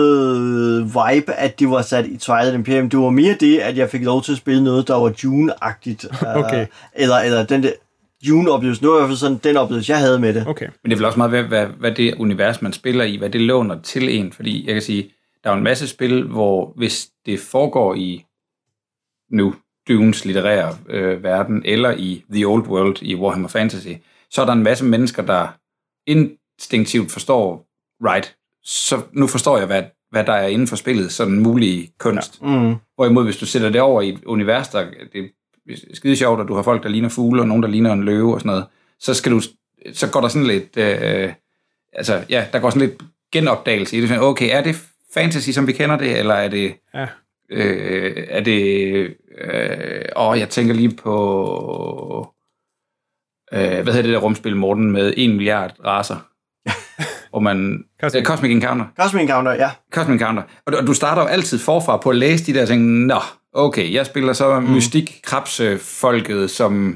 noget vibe, at det var sat i Twilight Imperium. Det var mere det, at jeg fik lov til at spille noget, der var Dune-agtigt. Uh, okay. Eller, eller den der Dune-oplevelse. Nu var i hvert fald sådan den oplevelse, jeg havde med det. Okay. Men det er vel også meget, hvad, hvad, hvad det univers, man spiller i, hvad det låner til en. Fordi jeg kan sige, der er en masse spil, hvor hvis det foregår i nu Dunes litterære øh, verden, eller i The Old World i Warhammer Fantasy, så er der en masse mennesker, der instinktivt forstår, right, så nu forstår jeg, hvad, hvad der er inden for spillet, sådan mulig kunst. Ja. Mm. Hvorimod, hvis du sætter det over i et univers, der det er skide sjovt, og du har folk, der ligner fugle, og nogen, der ligner en løve og sådan noget, så, skal du, så går der sådan lidt, øh, altså ja, der går sådan lidt genopdagelse i det. Okay, er det fantasy, som vi kender det, eller er det... Ja. Øh, er det... Øh, åh, jeg tænker lige på... Øh, hvad hedder det der rumspil, Morten, med en milliard racer? Hvor man... Cosmic. Øh, Cosmic Encounter. Cosmic Encounter, ja. Cosmic Encounter. Og, og du starter jo altid forfra på at læse de der ting. Nå, okay, jeg spiller så mm. mystik krabsefolket, som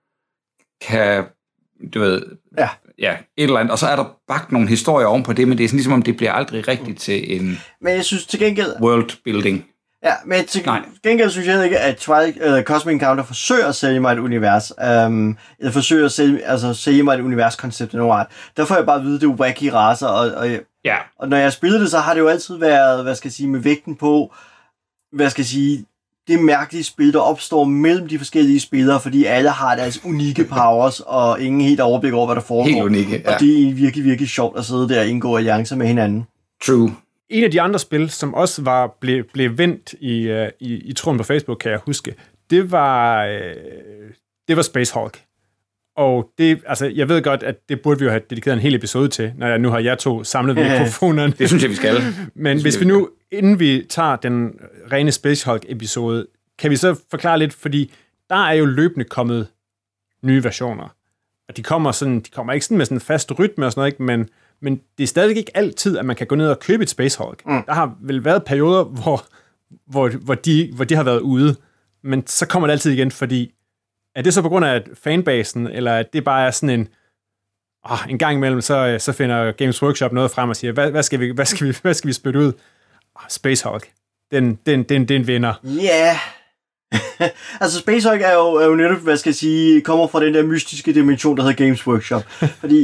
kan... Du ved... Ja. Ja, et eller andet. Og så er der bagt nogle historier ovenpå det, men det er sådan ligesom, om det bliver aldrig rigtigt til en... Men jeg synes til gengæld... Worldbuilding. Ja, men til Nej. gengæld synes jeg ikke, at Twilight, uh, Cosmic Encounter forsøger at sælge mig et univers. Um, eller forsøger at sælge, altså, sælge mig et universkoncept af nogen art. Der får jeg bare at vide, det er wacky racer. Og, og, ja. og når jeg spillede det, så har det jo altid været, hvad skal jeg sige, med vægten på, hvad skal jeg sige, det mærkelige spil, der opstår mellem de forskellige spillere, fordi alle har deres unikke powers, og ingen helt overblik over, hvad der foregår. Helt unikke, ja. Og det er virkelig, virkelig sjovt at sidde der og indgå alliancer med hinanden. True. En af de andre spil, som også var blev, blev vendt i, uh, i, i tråden på Facebook, kan jeg huske, det var, uh, det var Space Hulk. Og det, altså, jeg ved godt, at det burde vi jo have dedikeret en hel episode til, når jeg nu har jer to samlet mikrofonerne. Det synes jeg, vi skal. Men hvis vi nu, inden vi tager den rene Space Hulk-episode, kan vi så forklare lidt, fordi der er jo løbende kommet nye versioner. Og de kommer, sådan, de kommer ikke sådan med sådan en fast rytme og sådan noget, ikke? Men, men det er stadig ikke altid, at man kan gå ned og købe et Space Hulk. Mm. Der har vel været perioder, hvor, hvor, hvor, de, hvor de har været ude, men så kommer det altid igen, fordi er det så på grund af fanbasen, eller er det bare sådan en oh, en gang imellem, så, så finder Games Workshop noget frem og siger, hvad, hvad, skal, vi, hvad, skal, vi, hvad skal vi spytte ud? Oh, Space Hulk. Den, den, den, den vinder. Ja. Yeah. Altså Space Hulk er jo, er jo netop, hvad skal jeg sige, kommer fra den der mystiske dimension, der hedder Games Workshop. Fordi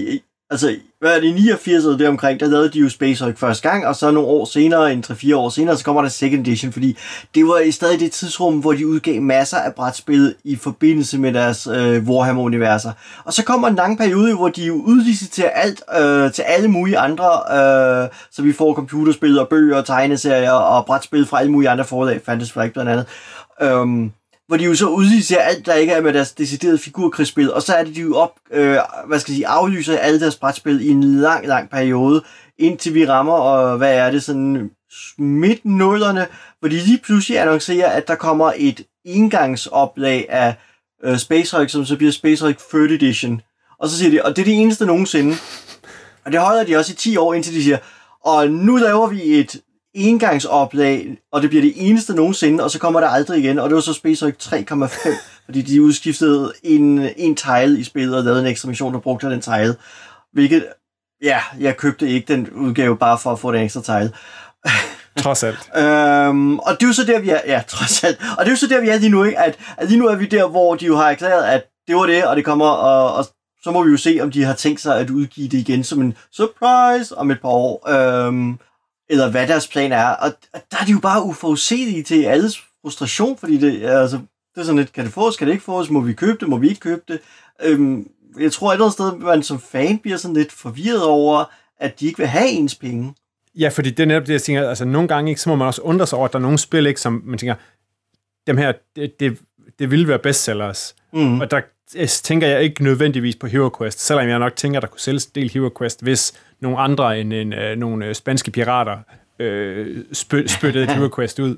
altså, hvad er det, i niogfirs eller deromkring, der lavede de jo Space Hulk første gang, og så nogle år senere, en tre fire år senere, så kommer der second edition, fordi det var i stadig det tidsrum, hvor de udgav masser af brætspil i forbindelse med deres øh, Warhammer-universer. Og så kommer en lang periode, hvor de jo udliciterer alt øh, til alle mulige andre, øh, så vi får computerspil og bøger og tegneserier og brætspil fra alle mulige andre forlag, Fantasy Flight blandt andet. Um, hvor de jo så udlicerer alt, der ikke er med deres deciderede figurkrigsspil, og så er det de jo op, øh, hvad skal jeg sige, aflyser alle deres brætspil i en lang, lang periode, indtil vi rammer, og hvad er det, sådan midt-nullerne, hvor de lige pludselig annoncerer, at der kommer et engangsoplag af øh, Space Hulk, som så bliver Space Hulk third edition. Og så siger de, og det er det eneste nogensinde. Og det holder de også i ti år, indtil de siger, og nu laver vi et engangsoplag, og det bliver det eneste nogensinde, og så kommer der aldrig igen, og det var så Space Hulk tre komma fem, fordi de udskiftede en, en tile i spillet, og lavede en ekstra mission, der brugte den tile, hvilket, ja, jeg købte ikke den udgave, bare for at få den ekstra tile. Trods alt. øhm, og det er jo så der, vi er, ja, trods alt, og det er jo så der, vi er lige nu, ikke? At, at lige nu er vi der, hvor de jo har erklæret, at det var det, og det kommer, og, og så må vi jo se, om de har tænkt sig at udgive det igen som en surprise om et par år, øhm, eller hvad deres plan er, og der er de jo bare uforudsigelige til alles frustration, fordi det, altså, det er sådan lidt, kan det fås, kan det ikke fås, må vi købe det, må vi ikke købe det. Øhm, jeg tror et eller andet sted, man som fan bliver sådan lidt forvirret over, at de ikke vil have ens penge. Ja, fordi det er netop det, jeg tænker, altså nogle gange ikke, så må man også undre sig over, at der er nogle spil, ikke, som man tænker, dem her, det, det, det ville være bestsellers. Mm. Og der tænker jeg ikke nødvendigvis på Hero Quest, selvom jeg nok tænker, at der kunne sælges en del Hero Quest, hvis nogle andre end en, øh, nogle spanske pirater øh, spy, spyttede et Hero Quest ud.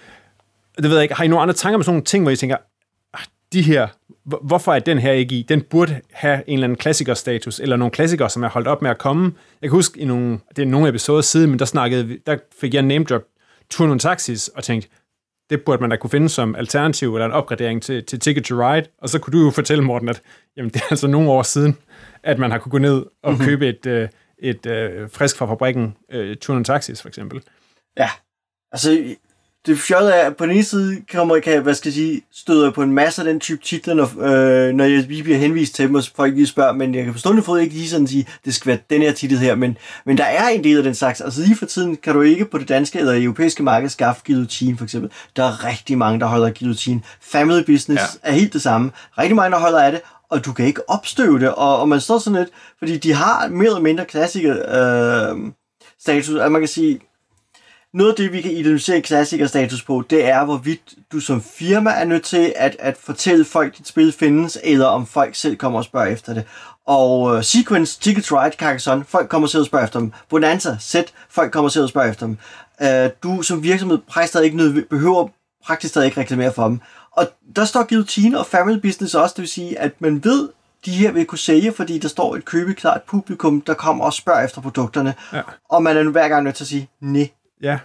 Det ved jeg ikke. Har I nogle andre tanker med sådan nogle ting, hvor I tænker, de her, hvorfor er den her ikke i? Den burde have en eller anden klassikerstatus, eller nogle klassikere, som er holdt op med at komme. Jeg kan huske, i nogle, det er nogle episoder siden, men der, snakkede, der fik jeg name drop Turn Taxis, og tænkte, det burde man da kunne finde som alternativ, eller en opgradering til, til Ticket to Ride. Og så kunne du jo fortælle, Morten, at jamen, det er altså nogle år siden, at man har kunne gå ned og mm-hmm. købe et, et, et, et frisk fra fabrikken, uh, Turn Taxis for eksempel. Ja, altså det fjollede er, at på den ene side kommer jeg, hvad skal jeg sige, støder på en masse af den type titler, når, øh, når jeg lige bliver henvist til dem, og folk lige spørger, men jeg kan forstå det ikke lige sådan sige, det skal være den her titel her, men, men der er en del af den slags. Altså lige for tiden kan du ikke på det danske eller europæiske marked skaffe guillotine for eksempel. Der er rigtig mange, der holder guillotine. Family business ja. er helt det samme. Rigtig mange, der holder af det, og du kan ikke opstøve det, og, og man står sådan lidt, fordi de har mere eller mindre klassiker øh, status, at man kan sige, noget af det, vi kan identificere klassikerstatus på, det er, hvorvidt du som firma er nødt til at, at fortælle folk, at dit spil findes, eller om folk selv kommer og spørger efter det. Og uh, Sequence, Ticket to Ride, Carcassonne, folk kommer selv og spørger efter dem. Bonanza, Set, folk kommer selv og spørger efter dem. Uh, du som virksomhed praktisk stadig ikke nød, behøver praktisk stadig ikke reklamere for dem. Og der står guillotine og family business også, det vil sige, at man ved, de her vil kunne sælge, fordi der står et købeklart publikum, der kommer og spørger efter produkterne. Ja. Og man er nu hver gang nødt til at sige, nej. Ja.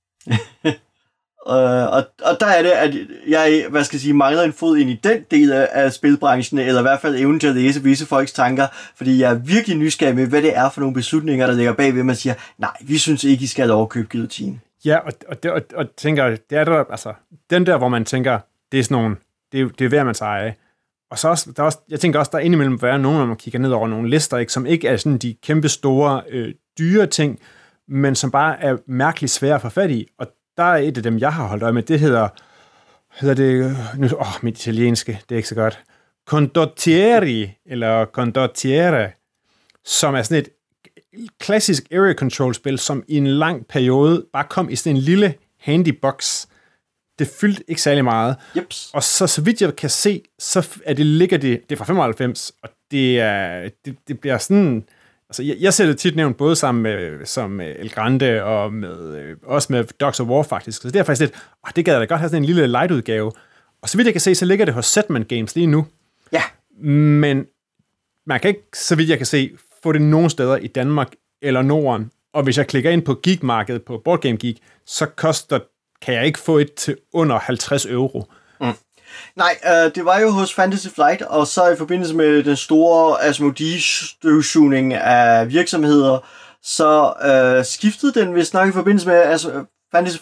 uh, og, og der er det, at jeg, hvad skal jeg sige, mangler en fod ind i den del af, af spilbranchen, eller i hvert fald evnen til at læse visse folks tanker, fordi jeg er virkelig nysgerrig med, hvad det er for nogle beslutninger, der ligger bagved, man siger, nej, vi synes ikke, I skal have lov at købe guillotine. Ja, og, og, og, og tænker, det er der, altså, den der, hvor man tænker, det er sådan nogle, det er, det er værd, man tager af. Og så også, der også, jeg tænker også, der er indimellem være nogen, når man kigger ned over nogle lister, ikke, som ikke er sådan de kæmpe store, øh, dyre ting, men som bare er mærkeligt svære at få fat i. Og der er et af dem, jeg har holdt øje med, det hedder, hedder det, nu, åh, mit italienske, det er ikke så godt, Condottieri, eller Condottiere, som er sådan et klassisk area control spil, som i en lang periode bare kom i sådan en lille handy box. Det fyldte ikke særlig meget. Jeps. Og så, så vidt jeg kan se, så er det, ligger det, det er fra femoghalvfems, og det, er, det, det bliver sådan, altså jeg, jeg ser det tit nævnt både sammen med som El Grande, og med, øh, også med Dogs of War faktisk, så det er faktisk lidt, åh, det gad jeg da godt have sådan en lille light-udgave. Og så vidt jeg kan se, så ligger det hos Setman Games lige nu. Ja. Men man kan ikke, så vidt jeg kan se, få det nogen steder i Danmark eller Norden, og hvis jeg klikker ind på Geek-markedet på Board Game Geek, så koster kan jeg ikke få et til under halvtreds euro. Mm. Nej, øh, det var jo hos Fantasy Flight, og så i forbindelse med den store Asmodee-støvsugning af virksomheder, så øh, skiftede den, hvis nok i forbindelse med altså, Fantasy Flight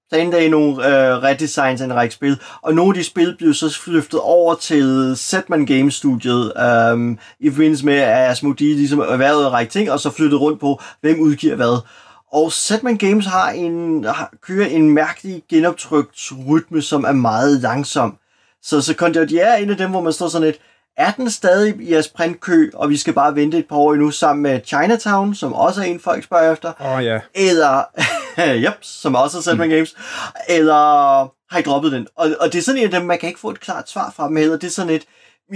så endte der i nogle øh, redesigns af en række spil, og nogle af de spil blev så flyttet over til Zetman Games-studiet, øh, i forbindelse med, at Asmodee ligesom erhvervede en række ting, og så flyttede rundt på, hvem udgiver hvad. Og Zetman Games har en, har, kører en mærkelig genoptrykt rytme, som er meget langsom. Så, så Condé er en af dem, hvor man står sådan lidt, er den stadig i jeres printkø, og vi skal bare vente et par år endnu sammen med Chinatown, som også er en, folk spørger efter. Åh oh, ja. Eller, yep, som også er Zetman mm. Games. Eller har I droppet den? Og, og det er sådan en af dem, man kan ikke få et klart svar fra dem heller. Det er sådan et,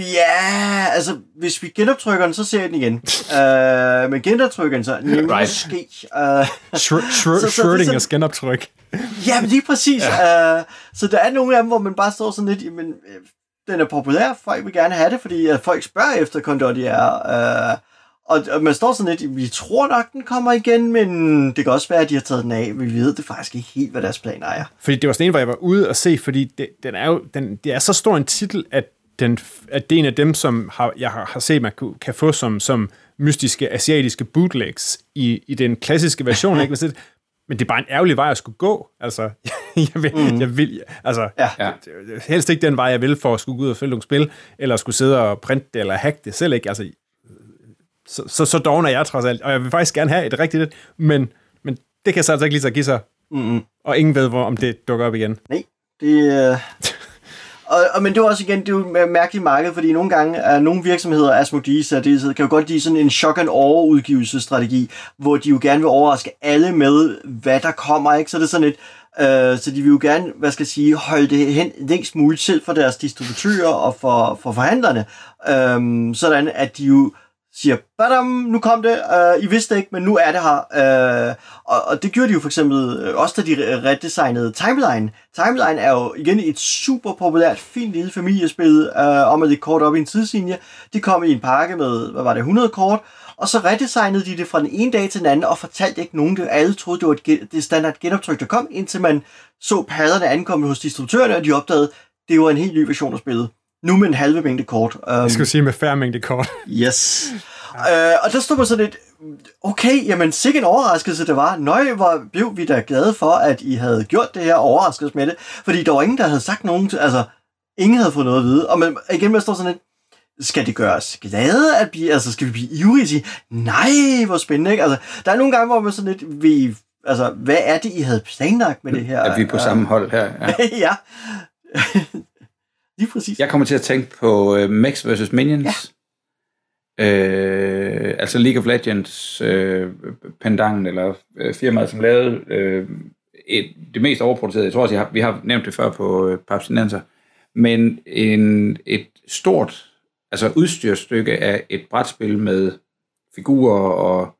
ja, altså, hvis vi genoptrykker den, så ser jeg den igen. uh, men genoptrykker den, så right. måske. Uh, Schrödingers genoptryk. Ja, men lige præcis. Ja. Uh, så der er nogle af dem, hvor man bare står sådan lidt, jamen, den er populær, folk vil gerne have det, fordi at folk spørger efter Condé er. Uh, og, og man står sådan lidt, vi tror nok, den kommer igen, men det kan også være, at de har taget den af. Vi ved det faktisk ikke helt, hvad deres planer er. Fordi det var sådan en, hvor jeg var ude og se, fordi det, den er jo, den, det er så stor en titel, at, den, at det er en af dem, som har, jeg har, har set, man kan, kan få som, som mystiske asiatiske bootlegs i, i den klassiske version. Ikke? Men det er bare en ærgerlig vej at skulle gå. Altså, jeg vil, mm. jeg vil altså, ja. helst ikke den vej, jeg vil for at skulle gå ud og følge nogle spil, eller skulle sidde og printe det, eller hacke det selv ikke. Altså, så, så, så dogner jeg trods alt, og jeg vil faktisk gerne have et rigtigt et, men, men det kan så altså ikke lige så give sig. Mm-hmm. Og ingen ved, hvor, om det dukker op igen. Nej, det... Uh... Og, og, men det er også igen, det er jo et mærkeligt marked, fordi nogle gange er nogle virksomheder, Asmodee, så det kan jo godt lide sådan en shock and awe udgivelsesstrategi, hvor de jo gerne vil overraske alle med, hvad der kommer, ikke? Så det er sådan et, øh, så de vil jo gerne, hvad skal jeg sige, holde det hen længst muligt selv for deres distributører og for, for forhandlerne, øh, sådan at de jo siger, badam, nu kom det, uh, I vidste ikke, men nu er det her. Uh, og, og det gjorde de jo for eksempel også, da de redesignede Timeline. Timeline er jo igen et super populært, fint lille familiespil, uh, om at lægge kort op i en tidslinje. Det kom i en pakke med, hvad var det, hundrede kort, og så redesignede de det fra den ene dag til den anden, og fortalte ikke nogen det. Alle troede, det var et, det standard genoptryk, der kom, indtil man så padderne ankomme hos distributørerne, og de opdagede, det var en helt ny version af spillet. Nu med en halve mængde kort. Um, jeg skulle sige med færre mængde kort. Yes. Ja. Uh, og der stod man sådan lidt, okay, jamen sikke en overraskelse det var. Nøj, hvor blev vi da glade for, at I havde gjort det her, overrasket med det. Fordi der var ingen, der havde sagt nogen, altså ingen havde fået noget at vide. Og man, igen, man står sådan lidt, skal det gøre os glade at blive, altså skal vi blive ivrige og sige, nej, hvor spændende, ikke? Altså, der er nogle gange, hvor man sådan lidt, vi, altså, hvad er det, I havde planlagt med det her? Er vi på uh, samme hold her? Ja. ja. Lige præcis. Jeg kommer til at tænke på uh, Mechs versus. Minions. Ja. Øh, altså League of Legends øh, pendanten, eller øh, firmaet, som lavede øh, et, det mest overproducerede, jeg tror også, jeg har, vi har nævnt det før på øh, Papstinenser, men en, et stort altså udstyrsstykke af et brætspil med figurer og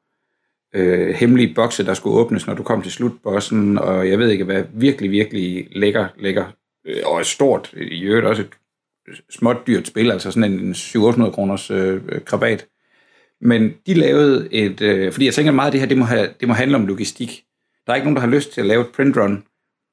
øh, hemmelige bokse, der skulle åbnes, når du kom til slutbossen, og jeg ved ikke hvad, virkelig, virkelig lækker, lækker øh, og et stort, i øvrigt også et småt dyrt spil, altså sådan en syv hundrede otte hundrede kroners øh, krabat. Men de lavede et, øh, fordi jeg tænker meget, at det her, det må, have, det må handle om logistik. Der er ikke nogen, der har lyst til at lave et printrun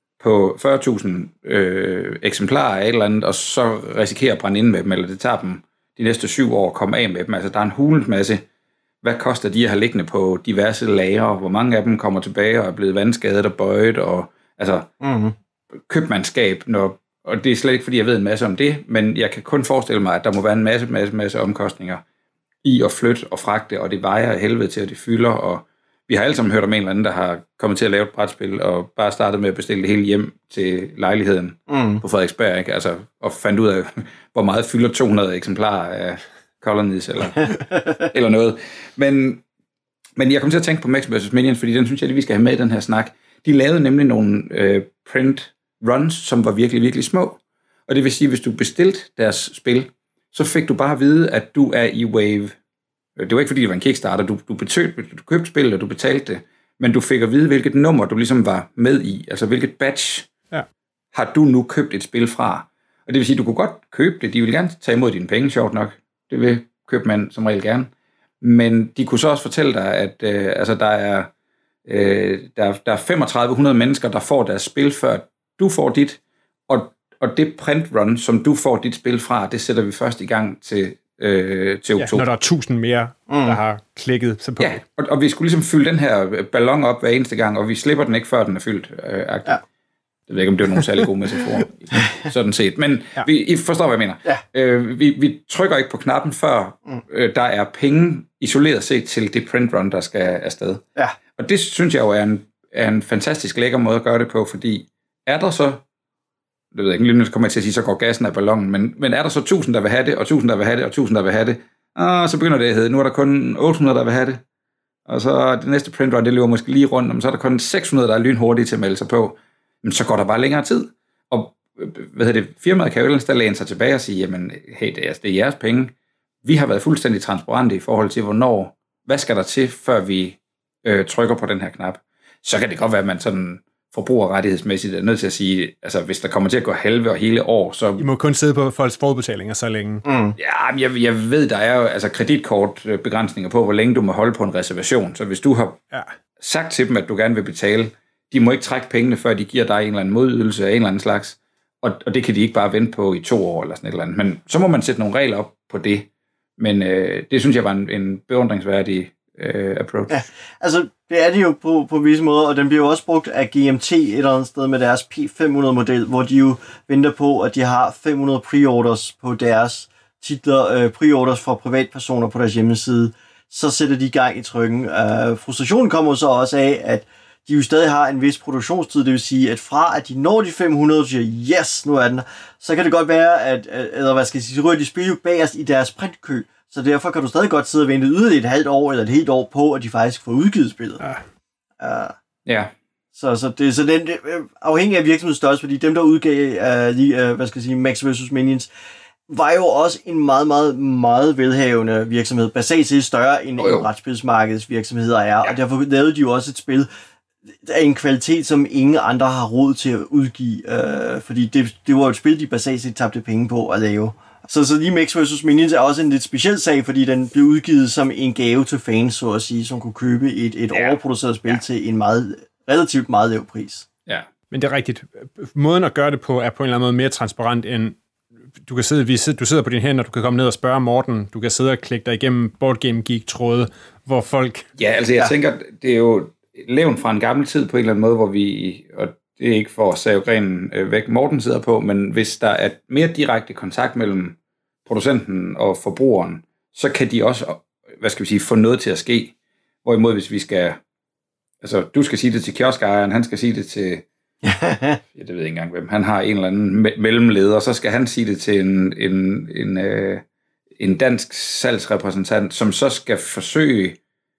på fyrre tusind øh, eksemplarer af et eller andet, og så risikere at brænde ind med dem, eller det tager dem de næste syv år at komme af med dem. Altså, der er en hulens masse. Hvad koster de at have liggende på diverse lagre? Hvor mange af dem kommer tilbage og er blevet vandskadet og bøjet? Og, altså, mm-hmm. købmandskab, når, og det er slet ikke, fordi jeg ved en masse om det, men jeg kan kun forestille mig, at der må være en masse, masse, masse omkostninger i at flytte og fragte, og det vejer af helvede til, at det fylder, og vi har alle sammen hørt om en eller anden, der har kommet til at lave et brætspil, og bare startet med at bestille det hele hjem til lejligheden mm. på Frederiksberg, ikke? Altså, og fandt ud af, hvor meget fylder to hundrede eksemplarer af Colonies, eller, eller noget. Men, men jeg kom til at tænke på Mechs versus. Minions, fordi den synes jeg, at vi skal have med i den her snak. De lavede nemlig nogle øh, print runs, som var virkelig, virkelig små. Og det vil sige, hvis du bestilte deres spil, så fik du bare at vide, at du er i Wave. Det var ikke, fordi det var en Kickstarter. Du, du, betød, du købte spillet, og du betalte det. Men du fik at vide, hvilket nummer du ligesom var med i. Altså, hvilket batch ja. har du nu købt et spil fra. Og det vil sige, at du kunne godt købe det. De vil gerne tage imod dine penge, sjovt nok. Det vil købmand som regel gerne. Men de kunne så også fortælle dig, at øh, altså, der er øh, der, der er femogtredive hundrede mennesker, der får deres spil, før du får dit. Og, og det printrun, som du får dit spil fra, det sætter vi først i gang til Øh, til oktober. Ja, når der er tusind mere, mm. der har klikket sig på. Ja, og, og vi skulle ligesom fylde den her ballon op hver eneste gang, og vi slipper den ikke, før den er fyldt. Øh, ja. Jeg ved ikke, om det er nogen særlig gode metaforer, sådan set. Men ja. vi, I forstår, hvad jeg mener. Ja. Øh, vi, vi trykker ikke på knappen, før mm. øh, der er penge isoleret set til det print run, der skal afsted. Ja. Og det synes jeg jo er en, er en fantastisk lækker måde at gøre det på, fordi er der så, det ved jeg ikke, lige nu kommer jeg til at sige, så går gassen af ballonen, men, men er der så tusind, der vil have det, og tusind, der vil have det, og tusind, der vil have det, og så begynder det at hedde, nu er der kun otte hundrede, der vil have det, og så det næste print run, det løber måske lige rundt, og så er der kun seks hundrede, der er lynhurtige til at melde sig på. Men så går der bare længere tid. Og hvad hedder det, firmaet kan jo ellers læne sig tilbage og sige, jamen, hey, det er, det er jeres penge. Vi har været fuldstændig transparente i forhold til, hvornår, hvad skal der til, før vi øh, trykker på den her knap. Så kan det godt være, at man sådan forbrugerrettighedsmæssigt er nødt til at sige, altså hvis der kommer til at gå halve og hele år, så... I må kun sidde på folks forudbetalinger så længe. Mm. Ja, jeg, jeg ved, der er jo altså kreditkortbegrænsninger på, hvor længe du må holde på en reservation. Så hvis du har ja. sagt til dem, at du gerne vil betale, de må ikke trække pengene, før de giver dig en eller anden modydelse af en eller anden slags, og, og det kan de ikke bare vente på i to år eller sådan et eller andet. Men så må man sætte nogle regler op på det. Men øh, det synes jeg var en, en beundringsværdig øh, approach. Ja, altså det er det jo på, på visse måder, og den bliver jo også brugt af G M T et eller andet sted med deres P fem hundrede model, hvor de jo venter på, at de har fem hundrede pre-orders på deres titler, øh, pre-orders fra privatpersoner på deres hjemmeside. Så sætter de i gang i trykken. Øh, frustrationen kommer så også af, at de jo stadig har en vis produktionstid, det vil sige, at fra at de når de fem hundrede, og siger, yes, nu er den, så kan det godt være, at, eller hvad skal jeg sige, så ryger de spil jo bagerst i deres printkø, så derfor kan du stadig godt sidde og vente yderligere et halvt år, eller et helt år på, at de faktisk får udgivet spillet. Ja. Uh, ja. Så, så, det, så den, det, afhængig af virksomhedsstørrelse, fordi dem, der udgav, uh, uh, hvad skal jeg sige, Max versus. Minions, var jo også en meget, meget, meget velhavende virksomhed, basalt set større end oh, en brætspilsmarkedsvirksomheder er, ja. Og derfor lavede de jo også et spil, af en kvalitet, som ingen andre har råd til at udgive, øh, fordi det, det var et spil, de basalt set tabte penge på at lave. Så, så lige Max versus. Minions er også en lidt speciel sag, fordi den blev udgivet som en gave til fans, så at sige, som kunne købe et, et ja. overproduceret spil ja. til en meget, relativt meget lav pris. Ja, men det er rigtigt. Måden at gøre det på er på en eller anden måde mere transparent end du kan sidde, vi sidder, du sidder på dine hænder, du kan komme ned og spørge Morten, du kan sidde og klikke dig igennem Board Game Geek-tråde, hvor folk... Ja, altså jeg ja. tænker, det er jo levn fra en gammel tid på en eller anden måde, hvor vi, og det er ikke for at save grenen væk, Morten sidder på, men hvis der er mere direkte kontakt mellem producenten og forbrugeren, så kan de også, hvad skal vi sige, få noget til at ske. Hvorimod hvis vi skal, altså du skal sige det til kioskejeren, han skal sige det til, ja, det ved jeg ikke engang hvem, han har en eller anden me- mellemleder, så skal han sige det til en, en, en, øh, en dansk salgsrepræsentant, som så skal forsøge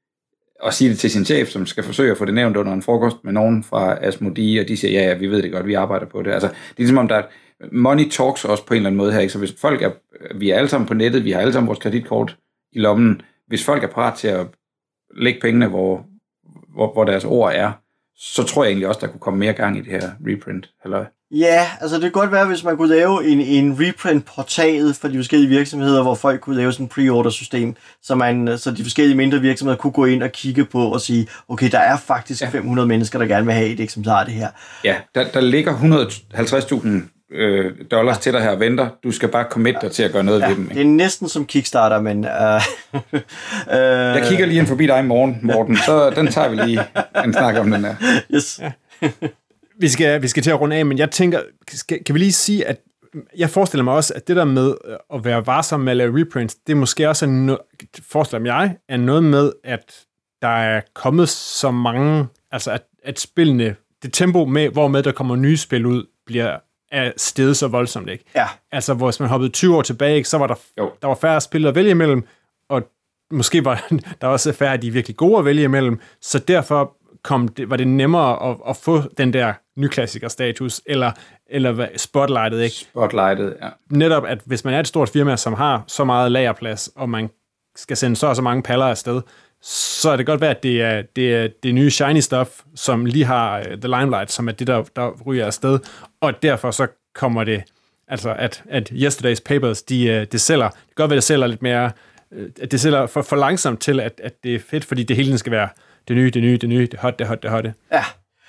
og sige det til sin chef, som skal forsøge at få det nævnt under en frokost med nogen fra Asmodee, og de siger, ja, ja, vi ved det godt, vi arbejder på det. Altså, det er ligesom om, der er money talks også på en eller anden måde her, ikke? Så hvis folk er, vi er alle sammen på nettet, vi har alle sammen vores kreditkort i lommen, hvis folk er parat til at lægge pengene, hvor, hvor, hvor deres ord er, så tror jeg egentlig også, der kunne komme mere gang i det her reprint. Halløj. Ja, altså det kunne godt være, hvis man kunne lave en, en reprint-portal for de forskellige virksomheder, hvor folk kunne lave sådan et pre-order-system, så, man, så de forskellige mindre virksomheder kunne gå ind og kigge på og sige, okay, der er faktisk ja. fem hundrede mennesker, der gerne vil have et eksemplar af det her. Ja, der, der ligger et hundrede og halvtreds tusind øh, dollars ja. til dig her og venter. Du skal bare committe dig ja. til at gøre noget ja, ved dem. Ikke? Det er næsten som Kickstarter, men... Uh, uh, Jeg kigger lige ind forbi dig i morgen, Morten, så den tager vi lige en snak om den der. Yes. Ja. Vi skal, vi skal til at runde af, men jeg tænker, skal, kan vi lige sige, at jeg forestiller mig også, at det der med at være varsom med at lave reprints, det er måske også, no, forestiller mig jeg, er noget med, at der er kommet så mange, altså at, at spillene, det tempo med, hvormed der kommer nye spil ud, bliver er steget så voldsomt, ikke? Ja. Altså, hvis man hoppede tyve år tilbage, ikke, så var der, der var færre spil at vælge imellem, og måske var der også færre af de virkelig gode at vælge imellem, så derfor kom det, var det nemmere at, at få den der nyklassiker-status, eller, eller spotlightet, ikke? Spotlightet, ja. Netop, at hvis man er et stort firma, som har så meget lagerplads, og man skal sende så og så mange paller afsted, så er det godt være, at det er det, er det nye shiny stuff, som lige har uh, the limelight, som er det, der, der ryger afsted, og derfor så kommer det, altså at, at Yesterday's Papers, de, uh, det sælger, det kan godt være, det sælger lidt mere, uh, at det sælger for, for langsomt til, at, at det er fedt, fordi det hele tiden skal være det nye, det nye, det nye, det hot, det hot, det hot. Ja,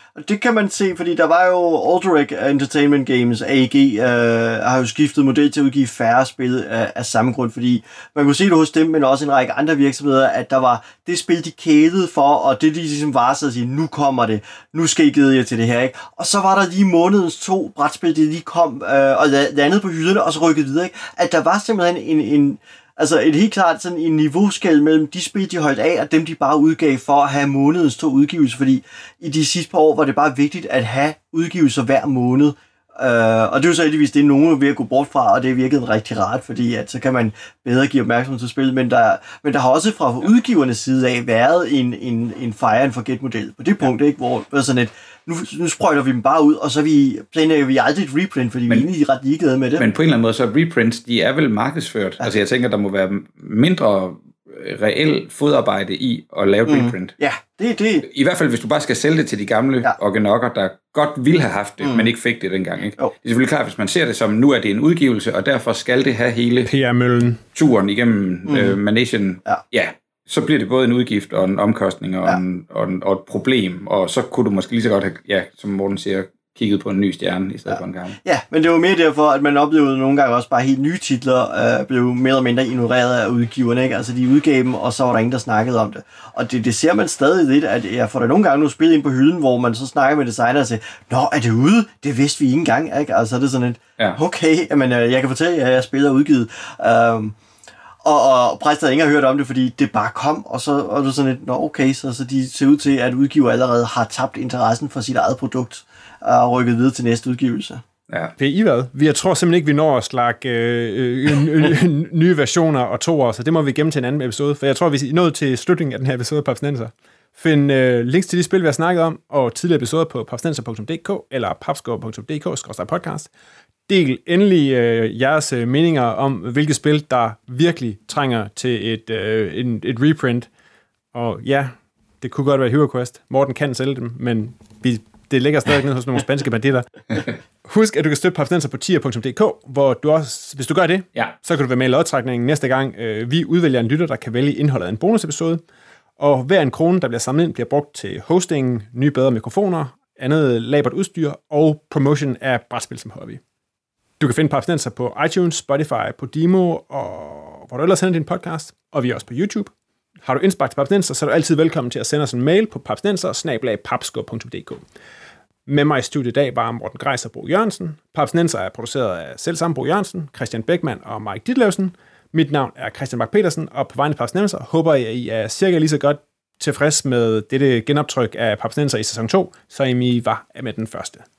Og det kan man se, fordi der var jo Alderac Entertainment Games, A E G, øh, har jo skiftet model til at udgive færre spil af, af samme grund, fordi man kunne se det hos dem, men også en række andre virksomheder, at der var det spil, de kædede for, og det de ligesom var så at sige, nu kommer det, nu skal I gide jer til det her, ikke? Og så var der lige månedens to brætspil, det lige kom, øh, og landet på hylderne, og så rykkede videre, ikke? At der var simpelthen en, en altså et helt klart sådan en niveauskæld mellem de spil, de holdt af, og dem, de bare udgav for at have månedens to udgivelser, fordi i de sidste par år var det bare vigtigt at have udgivelser hver måned. Uh, og det er jo så heldigvis det, nogen er ved at gå bort fra, og det virkede rigtig rart, fordi at så kan man bedre give opmærksomhed til spil, men der, men der har også fra udgivernes side af været en, en, en fire and forget model på det punkt, ikke, hvor sådan et, nu, nu sprøjter vi dem bare ud, og så vi, planlægger vi aldrig et reprint, fordi men, vi er egentlig ret ligeglade med det. Men på en eller anden måde, så reprints, de er vel markedsført. Ja. Altså jeg tænker, der må være mindre reelt fodarbejde i at lave et mm. reprint. Ja, det det. I hvert fald, hvis du bare skal sælge det til de gamle ja. organokker, der godt ville have haft det, mm. men ikke fik det dengang. Ikke? Det er selvfølgelig klart, hvis man ser det som, nu er det en udgivelse, og derfor skal det have hele P R-møllen turen igennem mm. øh, Managen. Ja. ja, så bliver det både en udgift og en omkostning og, ja. en, og, en, og et problem, og så kunne du måske lige så godt have, ja, som Morten siger, kigget på en ny stjerne i stedet ja. for en gammel. Ja, men det var mere derfor, at man oplevede nogle gange også bare helt nye titler, øh, blev mere eller mindre ignoreret af udgiverne, ikke? Altså de udgav dem, og så var der ingen, der snakkede om det. Og det, det ser man stadig lidt, at jeg får da nogle gange nogle spil ind på hylden, hvor man så snakker med designer og siger, nå, er det ude? Det vidste vi ikke engang, ikke? Altså det er sådan et, ja. okay, men øh, jeg kan fortælle, at jeg spiller udgivet. Um, Og, og præst havde ikke hørt om det, fordi det bare kom, og så og det sådan et, nå okay, så, så de ser ud til, at udgiver allerede har tabt interessen for sit eget produkt og rykket videre til næste udgivelse. Ja. Ved I hvad? Jeg tror simpelthen ikke, vi når at slakke øh, øh, øh, nye versioner og toer, så det må vi gemme til en anden episode, for jeg tror, vi er nået til slutningen af den her episode af Papsnenser. Find øh, links til de spil, vi har snakket om, og tidligere episoder på papsnenser punktum d k eller papscore punktum d k skråstreg podcast. Del endelig øh, jeres øh, meninger om, hvilke spil, der virkelig trænger til et, øh, en, et reprint. Og ja, det kunne godt være HeroQuest. Morten kan sælge dem, men vi, det ligger stadig ned hos nogle spanske banditter. Husk, at du kan støtte Papsnenser på tier punktum d k, hvor du også, hvis du gør det, ja. så kan du være med i lodtrækningen næste gang. Øh, vi udvælger en lytter, der kan vælge indholdet af en bonusepisode. Og hver en krone, der bliver samlet ind, bliver brugt til hosting, nye bedre mikrofoner, andet labert udstyr og promotion af brætspil som hobby. Du kan finde Papsnenser på iTunes, Spotify, Podimo og hvor du ellers sender din podcast. Og vi er også på YouTube. Har du indspark til Papsnenser, så er du altid velkommen til at sende os en mail på papsnenser snabel-a papscore punktum d k. Med mig i studiet i dag var Morten Greis og Bo Jørgensen. Papsnenser er produceret af selv samme Bo Jørgensen, Christian Beckmann og Mike Ditlevsen. Mit navn er Christian Bak petersen, og på vegne af Papsnenser håber jeg, at I er cirka lige så godt tilfreds med dette genoptryk af Papsnenser i sæson to, som I var med den første.